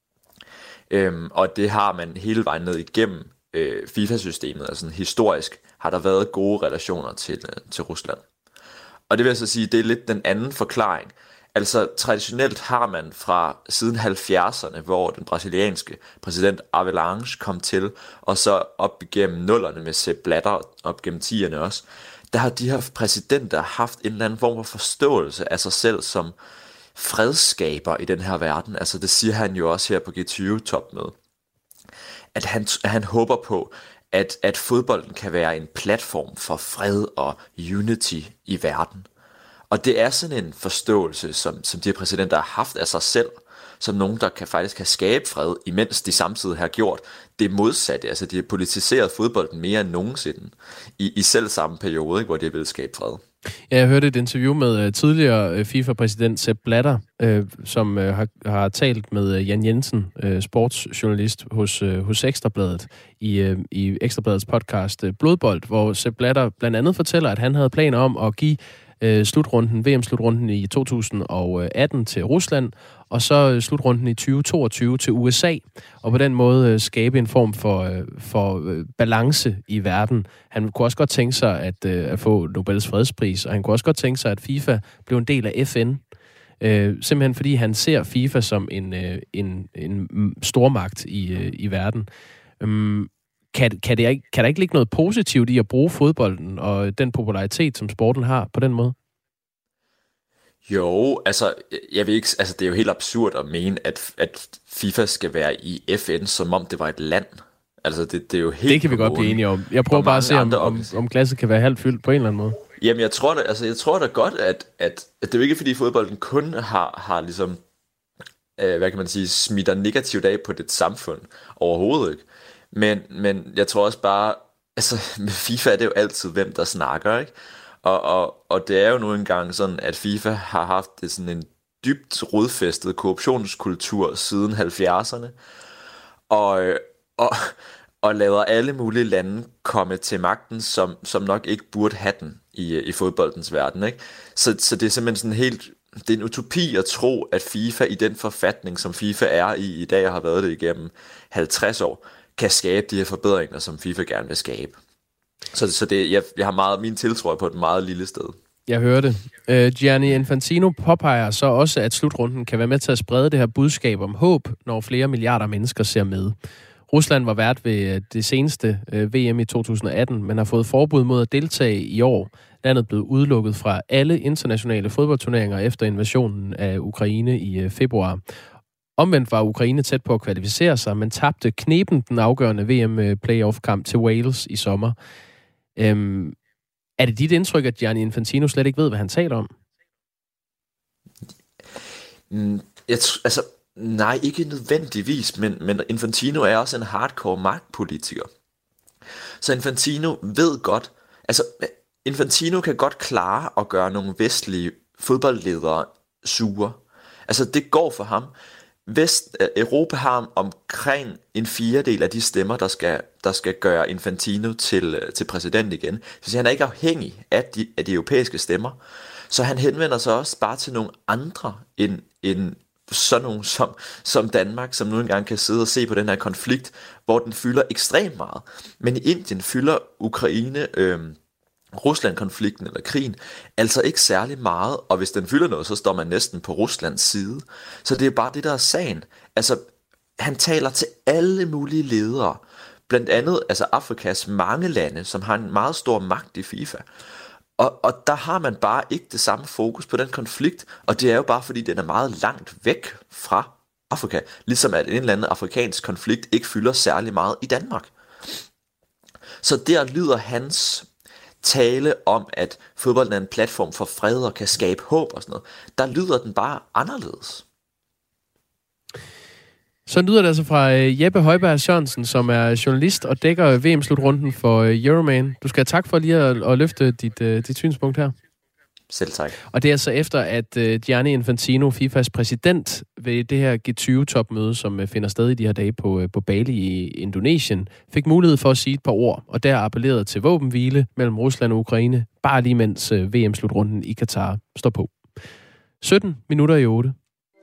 Øhm, og det har man hele vejen ned igennem øh, FIFA-systemet. Altså historisk har der været gode relationer til, øh, til Rusland. Og det vil jeg så sige, det er lidt den anden forklaring. Altså traditionelt har man fra siden halvfjerdserne, hvor den brasilianske præsident Avalanche kom til, og så op igennem nullerne med Sepp Blatter, op gennem tierne også, der har de her præsidenter haft en eller anden form for forståelse af sig selv som fredsskaber i den her verden. Altså det siger han jo også her på G tyve-topmødet. At han, han håber på, at, at fodbolden kan være en platform for fred og unity i verden. Og det er sådan en forståelse, som, som de her præsidenter har haft af sig selv, som nogen, der kan faktisk kan skabe fred, imens de samtidig har gjort det modsatte. Altså de har politiseret fodbolden mere end nogensinde i, i selv samme periode, ikke, hvor de har ville skabe fred. Ja, jeg hørte et interview med tidligere FIFA-præsident Sepp Blatter, øh, som øh, har, har talt med Jan Jensen, øh, sportsjournalist hos, øh, hos Ekstrabladet, i, øh, i Ekstrabladets podcast øh, Blodbold, hvor Sepp Blatter blandt andet fortæller, at han havde planer om at give øh, slutrunden, V M-slutrunden i to tusind atten til Rusland, og så slutrunden i tyve toogtyve til U S A, og på den måde øh, skabe en form for, øh, for øh, balance i verden. Han kunne også godt tænke sig at, øh, at få Nobels fredspris, og han kunne også godt tænke sig, at FIFA blev en del af F N. Øh, simpelthen fordi han ser FIFA som en, øh, en, en stormagt i, øh, i verden. Um, kan, kan, det, kan der ikke ligge noget positivt i at bruge fodbolden og den popularitet, som sporten har på den måde? Jo, altså, jeg ved ikke, altså det er jo helt absurd at mene, at, at FIFA skal være i F N, som om det var et land. Altså, det, det er jo helt... Det kan vi godt blive enige om. Jeg prøver bare at se, om, om, om glasset kan være halvt fyldt på en eller anden måde. Jamen, jeg tror da, altså, jeg tror da godt, at, at, at det er jo ikke, fordi fodbolden kun har, har ligesom, øh, hvad kan man sige, smitter negativt af på det samfund. Overhovedet ikke. Men, men jeg tror også bare, altså, med FIFA er det jo altid, hvem der snakker, ikke? Og, og, og det er jo nu engang sådan, at FIFA har haft det sådan en dybt rodfæstet korruptionskultur siden halvfjerdserne. Og, og, og lader alle mulige lande komme til magten, som, som nok ikke burde have den i, i fodboldens verden, ikke? Så, så det er simpelthen sådan helt... Det er en utopi at tro, at FIFA i den forfatning, som FIFA er i i dag og har været det igennem halvtreds år, kan skabe de her forbedringer, som FIFA gerne vil skabe. Så, så det, jeg, jeg har meget min tiltro på et meget lille sted. Jeg hører det. Uh, Gianni Infantino påpeger så også, at slutrunden kan være med til at sprede det her budskab om håb, når flere milliarder mennesker ser med. Rusland var vært ved det seneste uh, V M i to tusind atten, men har fået forbud mod at deltage i år. Landet blev udelukket fra alle internationale fodboldturneringer efter invasionen af Ukraine i uh, februar. Omvendt var Ukraine tæt på at kvalificere sig, men tabte knepen den afgørende V M-playoff-kamp til Wales i sommer. Øhm, er det dit indtryk, at Gianni Infantino slet ikke ved, hvad han taler om? Jeg t- altså, nej, ikke nødvendigvis, men, men Infantino er også en hardcore magtpolitiker. Så Infantino ved godt, altså Infantino kan godt klare at gøre nogle vestlige fodboldledere sure. Altså det går for ham. Vest, Europa har omkring en fjerdedel af de stemmer, der skal, der skal gøre Infantino til, til præsident igen. Så han er ikke afhængig af de, af de europæiske stemmer. Så han henvender sig også bare til nogle andre end, end sådan nogle som, som Danmark, som nu engang kan sidde og se på den her konflikt, hvor den fylder ekstremt meget. Men i Indien fylder Ukraine... Øh, Rusland-konflikten eller krigen, altså ikke særlig meget, og hvis den fylder noget, så står man næsten på Ruslands side. Så det er bare det, der er sagen. Altså, han taler til alle mulige ledere, blandt andet altså Afrikas mange lande, som har en meget stor magt i FIFA. Og, og der har man bare ikke det samme fokus på den konflikt, og det er jo bare fordi, den er meget langt væk fra Afrika, ligesom at en eller anden afrikansk konflikt ikke fylder særlig meget i Danmark. Så der lyder hans tale om, at fodbolden er en platform for fred og kan skabe håb og sådan noget, der lyder den bare anderledes. Så lyder det altså fra Jeppe Højberg Sørensen, som er journalist og dækker V M-slutrunden for Euroman. Du skal have tak for lige at, at løfte dit, dit synspunkt her. Selv tak. Og det er så efter, at Gianni Infantino, FIFAs præsident, ved det her G tyve topmøde, som finder sted i de her dage på, på Bali i Indonesien, fik mulighed for at sige et par ord, og der appellerede til våbenhvile mellem Rusland og Ukraine, bare lige mens V M-slutrunden i Katar står på. sytten minutter i otte.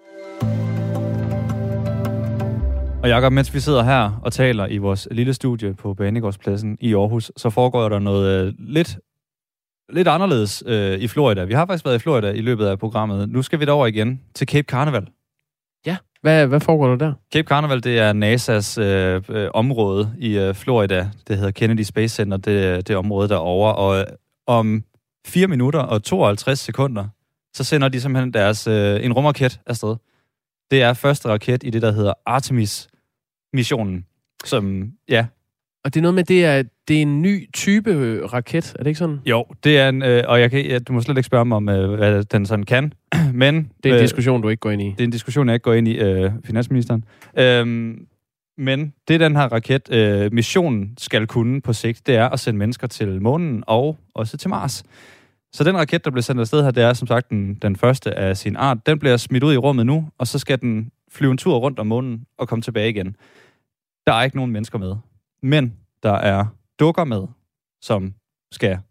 Og Jakob, mens vi sidder her og taler i vores lille studie på Banegårdspladsen i Aarhus, så foregår der noget øh, lidt, lidt anderledes øh, i Florida. Vi har faktisk været i Florida i løbet af programmet. Nu skal vi derover igen til Cape Canaveral. Ja, hvad, hvad foregår der der? Cape Canaveral, det er NASA's øh, øh, område i øh, Florida. Det hedder Kennedy Space Center, det, det område derovre. Og øh, om fire minutter og tooghalvtreds sekunder, så sender de simpelthen deres, øh, en rumraket afsted. Det er første raket i det, der hedder Artemis-missionen, som, ja. Og det er noget med, det er, det er en ny type raket, er det ikke sådan? Jo, det er en, øh, og jeg kan, ja, du må slet ikke spørge mig om, øh, hvad den sådan kan, men... Det er en øh, diskussion, du ikke går ind i. Det er en diskussion, jeg ikke går ind i, øh, finansministeren. Øhm, men det, den her raket, øh, missionen skal kunne på sigt, det er at sende mennesker til månen og også til Mars. Så den raket, der bliver sendt afsted her, det er som sagt den, den første af sin art. Den bliver smidt ud i rummet nu, og så skal den flyve en tur rundt om månen og komme tilbage igen. Der er ikke nogen mennesker med. Men der er dukker med, som skal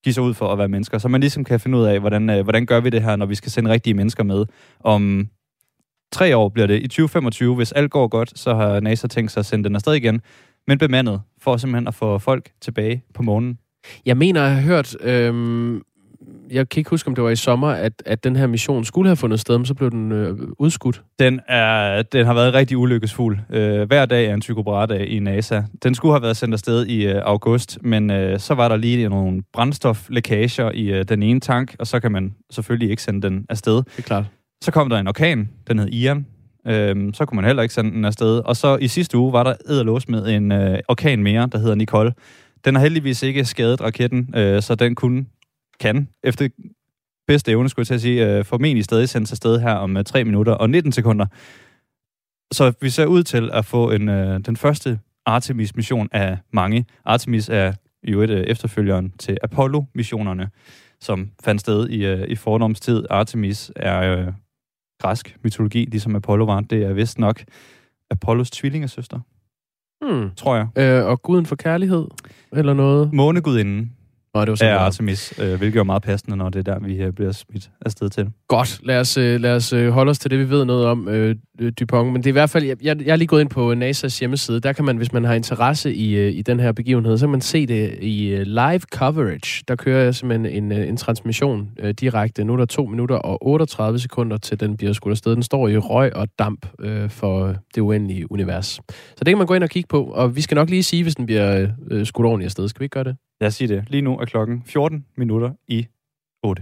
give sig ud for at være mennesker, så man ligesom kan finde ud af, hvordan, øh, hvordan gør vi det her, når vi skal sende rigtige mennesker med. Om tre år bliver det i tyve femogtyve. Hvis alt går godt, så har NASA tænkt sig at sende den afsted igen, men bemandet, for simpelthen at få folk tilbage på månen. Jeg mener, jeg har hørt, øhm, jeg kan ikke huske, om det var i sommer, at, at den her mission skulle have fundet sted, men så blev den øh, udskudt. Den, er, den har været rigtig ulykkesfuld. Øh, hver dag er en Tycho Brahe-dag i NASA. Den skulle have været sendt afsted i øh, august, men øh, så var der lige nogle brændstoflækager i øh, den ene tank, og så kan man selvfølgelig ikke sende den afsted. Det er klart. Så kom der en orkan, den hed Ian. Øhm, så kunne man heller ikke sende den afsted. Og så i sidste uge var der edderlås med en øh, orkan mere, der hedder Nicole. Den har heldigvis ikke skadet raketten, øh, så den kunne, kan, efter bedste evne, skulle jeg til at sige, øh, formentlig stadig sendes afsted her om øh, tre minutter og nitten sekunder. Så vi ser ud til at få en, øh, den første Artemis-mission af mange. Artemis er jo et øh, efterfølgeren til Apollo-missionerne, som fandt sted i, øh, i fordomstid. Artemis er øh, græsk mytologi, ligesom Apollo var. Det er vist nok Apollos tvillingesøster, hmm. tror jeg. Øh, og guden for kærlighed, eller noget? Månegudinden. Nå, det var sådan er Artemis, øh, hvilket er meget passende, når det er der, vi øh, bliver smidt afsted til. Godt. Lad os, øh, lad os øh, holde os til det, vi ved noget om, øh, Dupont. Men det er i hvert fald, jeg, jeg, jeg er lige gået ind på N A S A's hjemmeside. Der kan man, hvis man har interesse i, øh, i den her begivenhed, så kan man se det i øh, live coverage. Der kører jeg simpelthen en, øh, en transmission øh, direkte. Nu er der to minutter og otteogtredive sekunder til den bliver skudt afsted. Den står i røg og damp øh, for det uendelige univers. Så det kan man gå ind og kigge på. Og vi skal nok lige sige, hvis den bliver øh, skudt ordentligt afsted. Skal vi ikke gøre det? Lad os sige det. Lige nu er klokken fjorten minutter i otte.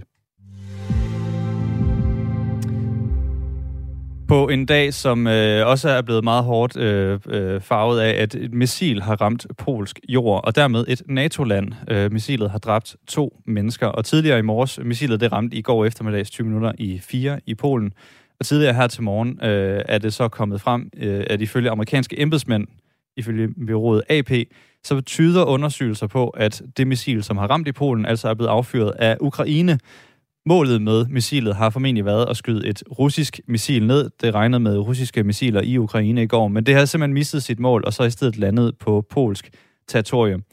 På en dag, som øh, også er blevet meget hårdt øh, øh, farvet af, at et missil har ramt polsk jord, og dermed et NATO-land. Øh, missilet har dræbt to mennesker, og tidligere i morges, missilet det ramte i går eftermiddags tyve minutter i fire i Polen. Og tidligere her til morgen øh, er det så kommet frem, øh, at ifølge amerikanske embedsmænd, ifølge bureauet A P, så tyder undersøgelser på, at det missil, som har ramt i Polen, altså er blevet affyret af Ukraine. Målet med missilet har formentlig været at skyde et russisk missil ned. Det regnede med russiske missiler i Ukraine i går, men det har simpelthen mistet sit mål, og så i stedet landet på polsk territorium.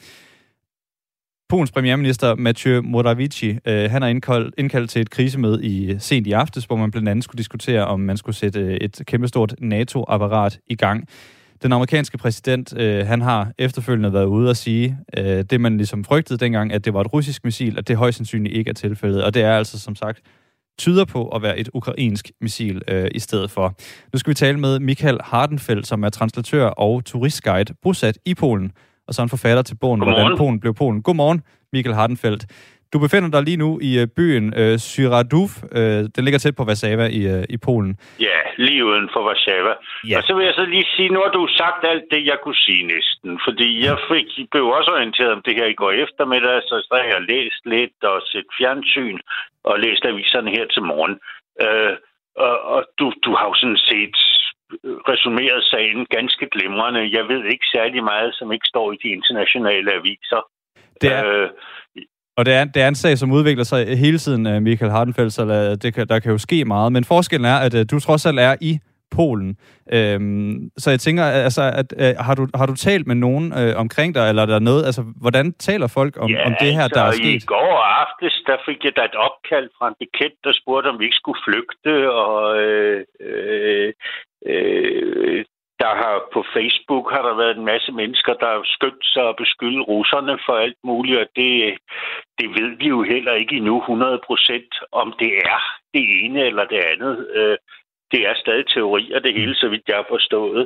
Polens premierminister Mateusz Morawiecki, øh, han har indkaldt, indkaldt til et krisemøde i sent i aftes, hvor man blandt andet skulle diskutere, om man skulle sætte et kæmpestort NATO-apparat i gang. Den amerikanske præsident, øh, han har efterfølgende været ude og sige, øh, det man ligesom frygtede dengang, at det var et russisk missil, at det højst sandsynligt ikke er tilfældet. Og det er altså, som sagt, tyder på at være et ukrainsk missil øh, i stedet for. Nu skal vi tale med Michael Hardenfeldt, som er translatør og turistguide, bosat i Polen, og så en forfatter til bogen, Hvordan Polen blev Polen. Godmorgen, Michael Hardenfeldt. Du befinder dig lige nu i byen øh, Syradów. Øh, den ligger tæt på Warszawa i, øh, i Polen. Ja, lige uden for Warszawa. Ja. Og så vil jeg så lige sige, nu har du sagt alt det, jeg kunne sige næsten. Fordi jeg fik, blev også orienteret om det her i går eftermiddag, så har jeg læst lidt og set fjernsyn og læst aviserne her til morgen. Øh, og og du, du har jo sådan set resumeret sagen ganske glimrende. Jeg ved ikke særlig meget, som ikke står i de internationale aviser. Det er... Øh, Og det er, det er en sag, som udvikler sig hele tiden, Michael Hardenfeldt, så det kan, der kan jo ske meget. Men forskellen er, at du trods alt er i Polen. Øhm, så jeg tænker, altså, at, at, har, du, har du talt med nogen øh, omkring dig, eller er der noget? Altså, hvordan taler folk om, ja, om det her, der er sket? I går aftes, der fik jeg da et opkald fra en bekendt, der spurgte, om vi ikke skulle flygte, og øh, øh, øh, der har på Facebook har der været en masse mennesker, der har skyndt sig at beskylde russerne for alt muligt, og det, det ved vi jo heller ikke endnu hundrede procent, om det er det ene eller det andet. Det er stadig teorier, det hele, så vidt jeg har forstået.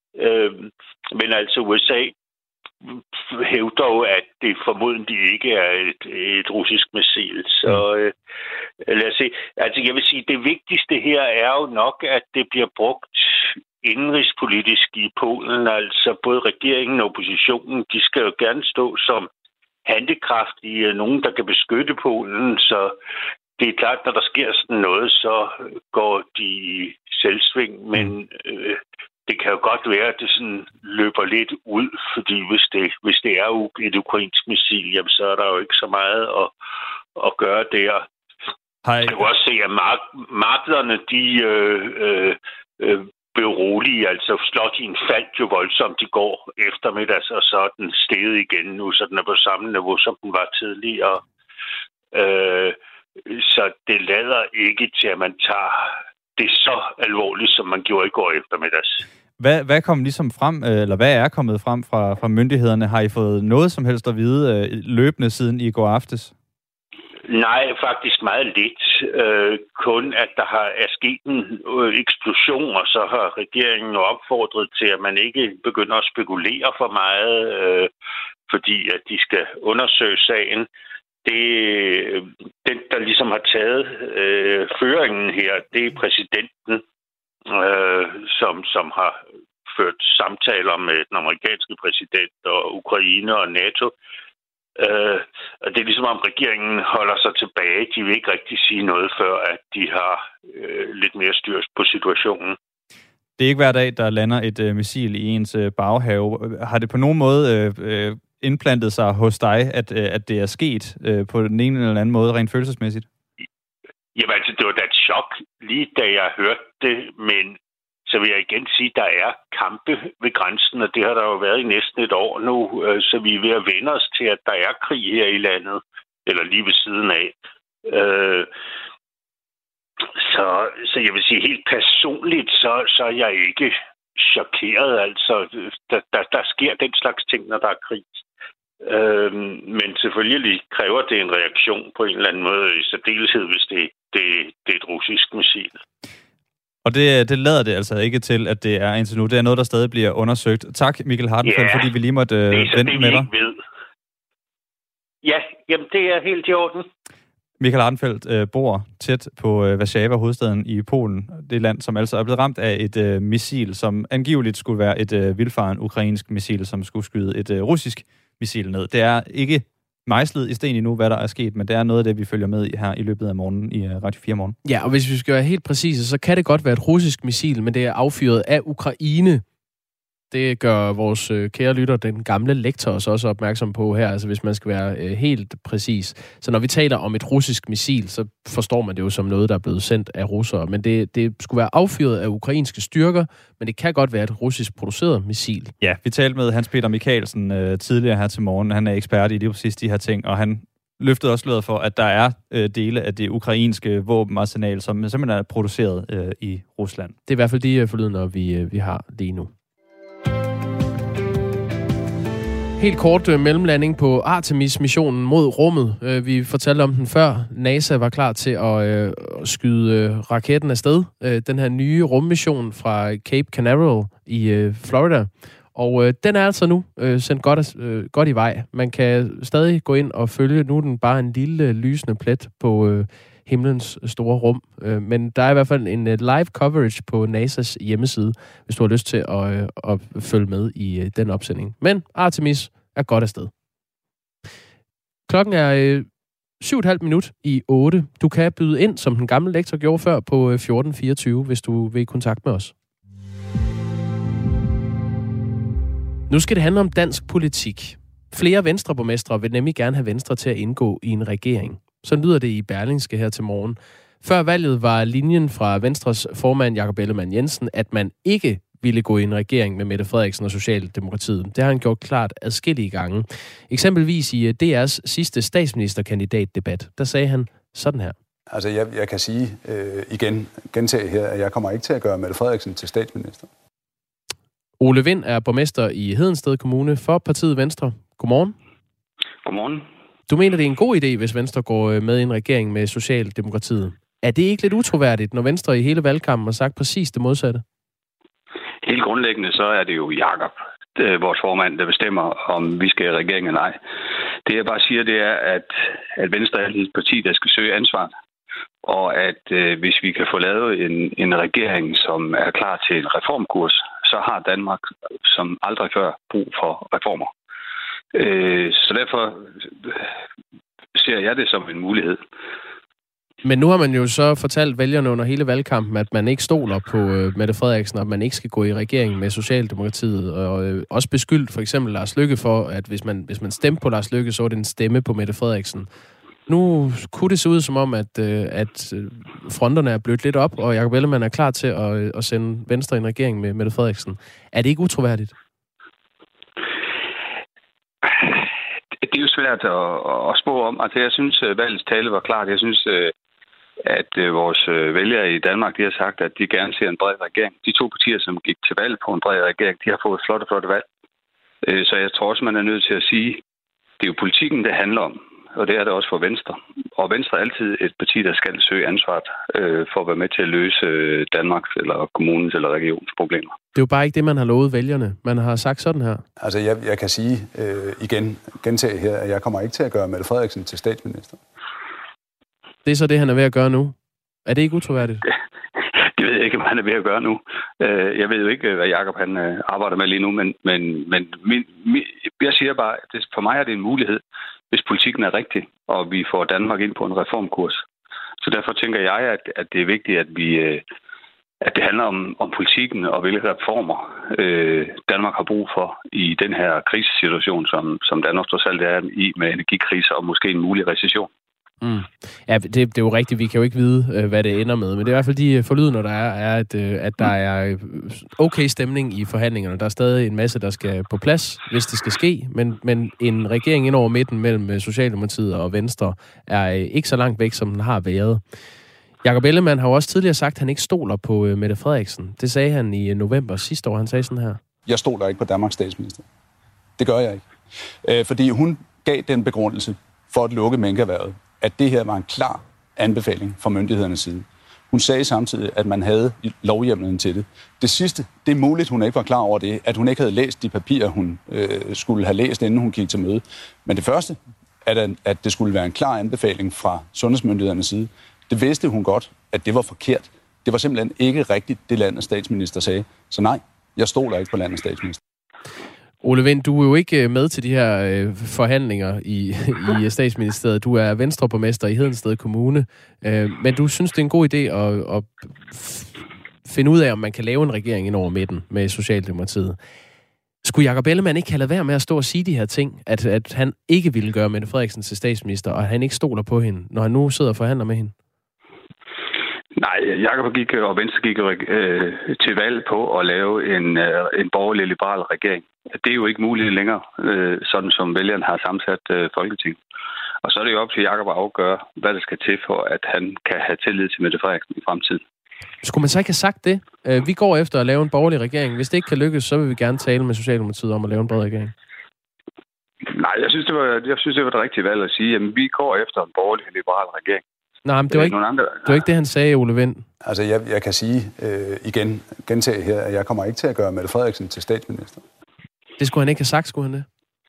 Men altså U S A hævder jo, at det formodentlig ikke er et, et russisk missil. Så øh, lad os se. Altså jeg vil sige, det vigtigste her er jo nok, at det bliver brugt indenrigspolitisk i Polen. Altså både regeringen og oppositionen, de skal jo gerne stå som handlekraftige, nogen, der kan beskytte Polen. Så det er klart, når der sker sådan noget, så går de i selvsving. Men øh, det kan jo godt være, at det sådan løber lidt ud, fordi hvis det, hvis det er et ukrainsk missil, jamen, så er der jo ikke så meget at, at gøre der. Hej. Jeg kan også se, at mark- markederne, de øh, øh, øh, blev rolige. Altså, slotien faldt jo voldsomt i går eftermiddags, og så er den steget igen nu, så den er på samme niveau, som den var tidligere. Øh, så det lader ikke til, at man tager det så alvorligt, som man gjorde i går eftermiddags. Hvad, hvad kom ligesom frem, eller hvad er kommet frem fra, fra myndighederne? Har I fået noget som helst at vide øh, løbende siden i går aftes? Nej, faktisk meget lidt. Øh, kun at der har, er sket en øh, eksplosion, og så har regeringen opfordret til, at man ikke begynder at spekulere for meget, øh, fordi at de skal undersøge sagen. Det, den, der ligesom har taget øh, føringen her, det er præsidenten, øh, som, som har ført samtaler med den amerikanske præsident og Ukraine og NATO. Øh, og det er ligesom om regeringen holder sig tilbage. De vil ikke rigtig sige noget, før at de har øh, lidt mere styr på situationen. Det er ikke hver dag, der lander et øh, missil i ens øh, baghave. Har det på nogen måde øh, øh, indplantet sig hos dig, at, øh, at det er sket øh, på den ene eller anden måde, rent følelsesmæssigt? Jamen altså, det var da et chok, lige da jeg hørte det, men så vil jeg igen sige, at der er kampe ved grænsen, og det har der jo været i næsten et år nu, øh, så vi er ved at vende os til, at der er krig her i landet, eller lige ved siden af. Øh, så, så jeg vil sige, helt personligt, så, så er jeg ikke chokeret. Altså, der, der, der sker den slags ting, når der er krig. Øh, men selvfølgelig kræver det en reaktion på en eller anden måde, i særdeleshed, hvis det, det, det er et russisk missil. Og det, det lader det altså ikke til, at det er indtil nu. Det er noget, der stadig bliver undersøgt. Tak, Mikkel Hardenfeldt, ja, fordi vi lige måtte øh, vente med dig. Ved. Ja, jamen det er helt i orden. Mikkel Hardenfeldt øh, bor tæt på øh, Warszawa, hovedstaden i Polen. Det land, som altså er blevet ramt af et øh, missil, som angiveligt skulle være et øh, vildfaren ukrainsk missil, som skulle skyde et øh, russisk missil ned. Det er ikke mejslet i sten endnu, hvad der er sket, men det er noget af det, vi følger med i her i løbet af morgenen i Radio fire Morgen. Ja, og hvis vi skal være helt præcise, så kan det godt være et russisk missil, men det er affyret af Ukraine. Det gør vores øh, kære lytter, den gamle lektor, os også opmærksom på her, altså hvis man skal være øh, helt præcis. Så når vi taler om et russisk missil, så forstår man det jo som noget, der er blevet sendt af russere. Men det, det skulle være affyret af ukrainske styrker, men det kan godt være et russisk produceret missil. Ja, vi talte med Hans Peter Michaelsen øh, tidligere her til morgen. Han er ekspert i lige præcis de her ting, og han løftede også sløret for, at der er øh, dele af det ukrainske våbenarsenal, som simpelthen er produceret øh, i Rusland. Det er i hvert fald de øh, forlydender, vi, øh, vi har lige nu. Helt kort øh, mellemlanding på Artemis-missionen mod rummet. Øh, vi fortalte om den før. NASA var klar til at øh, skyde øh, raketten afsted. Øh, den her nye rummission fra Cape Canaveral i øh, Florida. Og øh, den er altså nu øh, sendt godt, øh, godt i vej. Man kan stadig gå ind og følge. Nu er den bare en lille øh, lysende plet på øh, himlens store rum. Øh, men der er i hvert fald en øh, live coverage på N A S A's hjemmeside, hvis du har lyst til at, øh, at følge med i øh, den opsending. Men Artemis er godt afsted. Klokken er øh, syv og et halvt minut i otte. Du kan byde ind, som den gamle lektor gjorde før, på øh, fjorten fireogtyve, hvis du vil i kontakt med os. Nu skal det handle om dansk politik. Flere venstreborgmestre vil nemlig gerne have Venstre til at indgå i en regering. Så lyder det i Berlingske her til morgen. Før valget var linjen fra Venstres formand Jakob Ellemann-Jensen, at man ikke ville gå i en regering med Mette Frederiksen og Socialdemokratiet. Det har han gjort klart adskillige gange. Eksempelvis i D R's sidste statsministerkandidatdebat, der sagde han sådan her. Altså jeg, jeg kan sige øh, igen, gentage her, at jeg kommer ikke til at gøre Mette Frederiksen til statsminister. Ole Vind er borgmester i Hedensted Kommune for partiet Venstre. Godmorgen. Godmorgen. Du mener, det er en god idé, hvis Venstre går med i en regering med Socialdemokratiet. Er det ikke lidt utroværdigt, når Venstre i hele valgkampen har sagt præcis det modsatte? Helt grundlæggende så er det jo Jakob, vores formand, der bestemmer, om vi skal i regering eller ej. Det jeg bare siger, det er, at, at Venstre er et parti, der skal søge ansvar. Og at øh, hvis vi kan få lavet en, en regering, som er klar til en reformkurs, så har Danmark som aldrig før brug for reformer. Øh, så derfor ser jeg det som en mulighed. Men nu har man jo så fortalt vælgerne under hele valgkampen, at man ikke stoler på øh, Mette Frederiksen, og at man ikke skal gå i regering med Socialdemokratiet, og øh, også beskyldt for eksempel Lars Løkke for, at hvis man, hvis man stemte på Lars Løkke, så var det en stemme på Mette Frederiksen. Nu kunne det se ud som om, at, øh, at fronterne er blødt lidt op, og Jakob Ellemann er klar til at, øh, at sende Venstre i en regering med Mette Frederiksen. Er det ikke utroværdigt? Det er jo svært at, at spå om. Altså, jeg synes, at valgets tale var klart. Jeg synes, at vores vælgere i Danmark, de har sagt, at de gerne ser en bred regering. De to partier, som gik til valg på en bred regering, de har fået flotte, flotte valg. Så jeg tror også, man er nødt til at sige, det er jo politikken, det handler om. Og det er det også for Venstre. Og Venstre er altid et parti, der skal søge ansvaret øh, for at være med til at løse øh, Danmarks eller kommunens eller regionens problemer. Det er jo bare ikke det, man har lovet vælgerne. Man har sagt sådan her. Altså, jeg, jeg kan sige øh, igen, gentage her, at jeg kommer ikke til at gøre Mette Frederiksen til statsminister. Det er så det, han er ved at gøre nu. Er det ikke utroværdigt? Det ved jeg ikke, hvad han er ved at gøre nu. Jeg ved jo ikke, hvad Jacob han arbejder med lige nu, men, men, men min, min, jeg siger bare, at for mig er det en mulighed, hvis politikken er rigtig, og vi får Danmark ind på en reformkurs. Så derfor tænker jeg, at, at det er vigtigt, at vi at det handler om, om politikken og hvilke reformer øh, Danmark har brug for i den her krisesituation, som, som Danmark trods alt er i med energikrise og måske en mulig recession. Mm. Ja, det, det er jo rigtigt. Vi kan jo ikke vide, øh, hvad det ender med. Men det er i hvert fald de forlydender, der er, er at, øh, at der er okay stemning i forhandlingerne. Der er stadig en masse, der skal på plads, hvis det skal ske. Men, men en regering ind over midten mellem Socialdemokratiet og Venstre er øh, ikke så langt væk, som den har været. Jakob Ellemann har jo også tidligere sagt, at han ikke stoler på øh, Mette Frederiksen. Det sagde han i november sidste år. Han sagde sådan her. Jeg stoler ikke på Danmarks statsminister. Det gør jeg ikke. Øh, fordi hun gav den begrundelse for at lukke minkerhvervet, at det her var en klar anbefaling fra myndighedernes side. Hun sagde samtidig, at man havde lovhjemmelen til det. Det sidste, det er muligt, hun ikke var klar over det, at hun ikke havde læst de papirer, hun øh, skulle have læst, inden hun gik til møde. Men det første, at, at det skulle være en klar anbefaling fra sundhedsmyndighedernes side, det vidste hun godt, at det var forkert. Det var simpelthen ikke rigtigt, det landets statsminister sagde. Så nej, jeg stoler ikke på landets statsminister. Ole Wind, du er jo ikke med til de her øh, forhandlinger i, i statsministeriet. Du er venstreborgmester i Hedensted Kommune, øh, men du synes, det er en god idé at, at finde ud af, om man kan lave en regering ind over midten med Socialdemokratiet. Skulle Jakob Ellemann ikke have ladet være med at stå og sige de her ting, at, at han ikke ville gøre Mette Frederiksen til statsminister, og han ikke stoler på hende, når han nu sidder og forhandler med hende? Nej, Jakob gik og Venstre gik øh, til valg på at lave en, øh, en borgerlig-liberal regering. Det er jo ikke muligt længere, øh, sådan som vælgerne har sammensat øh, Folketinget. Og så er det jo op til Jakob at afgøre, hvad der skal til for, at han kan have tillid til Mette Frederiksen i fremtiden. Skulle man så ikke have sagt det? Vi går efter at lave en borgerlig regering. Hvis det ikke kan lykkes, så vil vi gerne tale med Socialdemokratiet om at lave en bred regering. Nej, jeg synes, det var, jeg synes, det var det rigtige valg at sige, at vi går efter en borgerlig-liberal regering. Nej, men det var, ikke, andre, det var ikke det, han sagde, Ole Wind. Altså, jeg, jeg kan sige øh, igen, gentage her, at jeg kommer ikke til at gøre Mette Frederiksen til statsminister. Det skulle han ikke have sagt, skulle han det?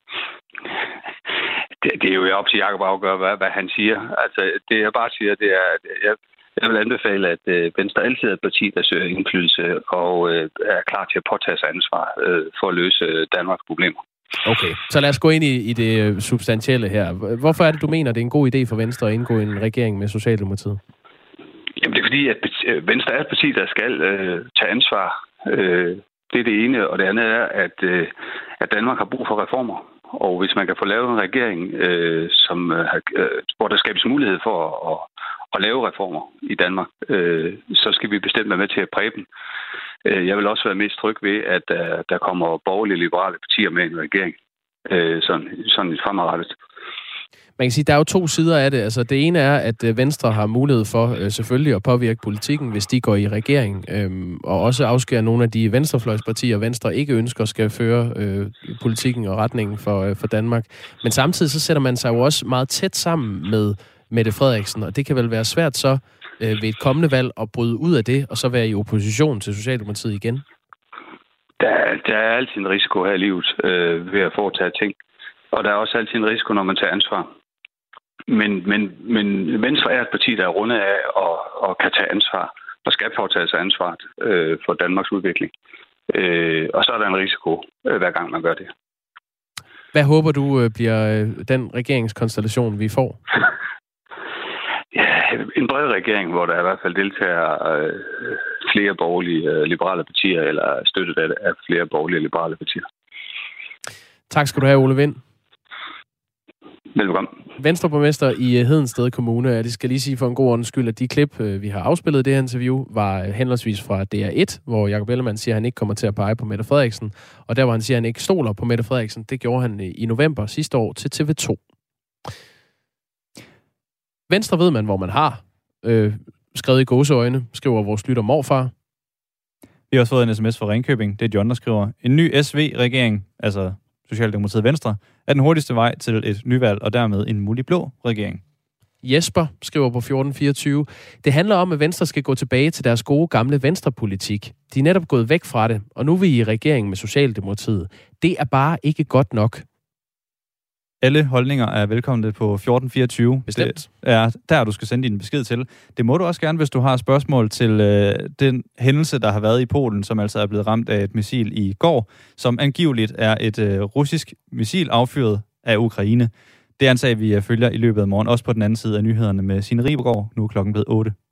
Det, det er jo op til Jacob at afgøre, hvad, hvad han siger. Altså, det jeg bare siger, det er, at jeg, jeg vil anbefale, at øh, Venstre altid er et parti, der søger indflydelse og øh, er klar til at påtage sig ansvar øh, for at løse øh, Danmarks problemer. Okay, så lad os gå ind i, i det substantielle her. Hvorfor er det, du mener, det er en god idé for Venstre at indgå i en regering med Socialdemokratiet? Jamen, det er fordi, at Venstre er et parti, der skal øh, tage ansvar. Øh, det er det ene, og det andet er, at, øh, at Danmark har brug for reformer. Og hvis man kan få lavet en regering, øh, som, øh, hvor der skabes mulighed for at, at lave reformer i Danmark, øh, så skal vi bestemt være med til at præge dem. Jeg vil også være mest tryg ved, at uh, der kommer borgerlige liberale partier med i en regering, uh, sådan, sådan fremadrettet. Man kan sige, at der er jo to sider af det. Altså, det ene er, at Venstre har mulighed for uh, selvfølgelig at påvirke politikken, hvis de går i regering, um, og også afskære nogle af de venstrefløjspartier, Venstre ikke ønsker skal føre uh, politikken og retningen for, uh, for Danmark. Men samtidig så sætter man sig jo også meget tæt sammen med Mette Frederiksen, og det kan vel være svært så ved et kommende valg at bryde ud af det, og så være i opposition til Socialdemokratiet igen? Der, der er altid en risiko her i livet øh, ved at foretage ting. Og der er også altid en risiko, når man tager ansvar. Men, men, men Venstre er et parti, der er rundet af og, og kan tage ansvar, og skal påtage sig ansvaret øh, for Danmarks udvikling. Øh, og så er der en risiko, øh, hver gang man gør det. Hvad håber du øh, bliver øh, den regeringskonstellation, vi får? Ja, en bred regering, hvor der i hvert fald deltager øh, flere borgerlige øh, liberale partier, eller støttet af flere borgerlige liberale partier. Tak skal du have, Ole Wind. Velkommen. Venstreborgmester i Hedensted Kommune. Det skal lige sige for en god ordens skyld, at de klip, vi har afspillet i det her interview, var henholdsvis fra D R et, hvor Jakob Ellemann siger, at han ikke kommer til at pege på Mette Frederiksen, og der hvor han siger, at han ikke stoler på Mette Frederiksen, det gjorde han i november sidste år til T V to. Venstre ved man, hvor man har. Øh, skrevet i gåseøjne, skriver vores lytter morfar. Vi har også fået en sms fra Ringkøbing. Det er John, der skriver: En ny S V-regering, altså Socialdemokratiet Venstre, er den hurtigste vej til et nyvalg, og dermed en mulig blå regering. Jesper skriver på fjorten fireogtyve: Det handler om, at Venstre skal gå tilbage til deres gode gamle venstrepolitik. De er netop gået væk fra det, og nu er vi i regering med Socialdemokratiet. Det er bare ikke godt nok. Alle holdninger er velkomne på fjorten fireogtyve. Bestemt. Det er der, du skal sende din besked til. Det må du også gerne, hvis du har spørgsmål til øh, den hændelse, der har været i Polen, som altså er blevet ramt af et missil i går, som angiveligt er et øh, russisk missil affyret af Ukraine. Det er en sag, vi følger i løbet af morgen, også på den anden side af nyhederne med Signe Ribergaard. Nu er klokken blevet otte.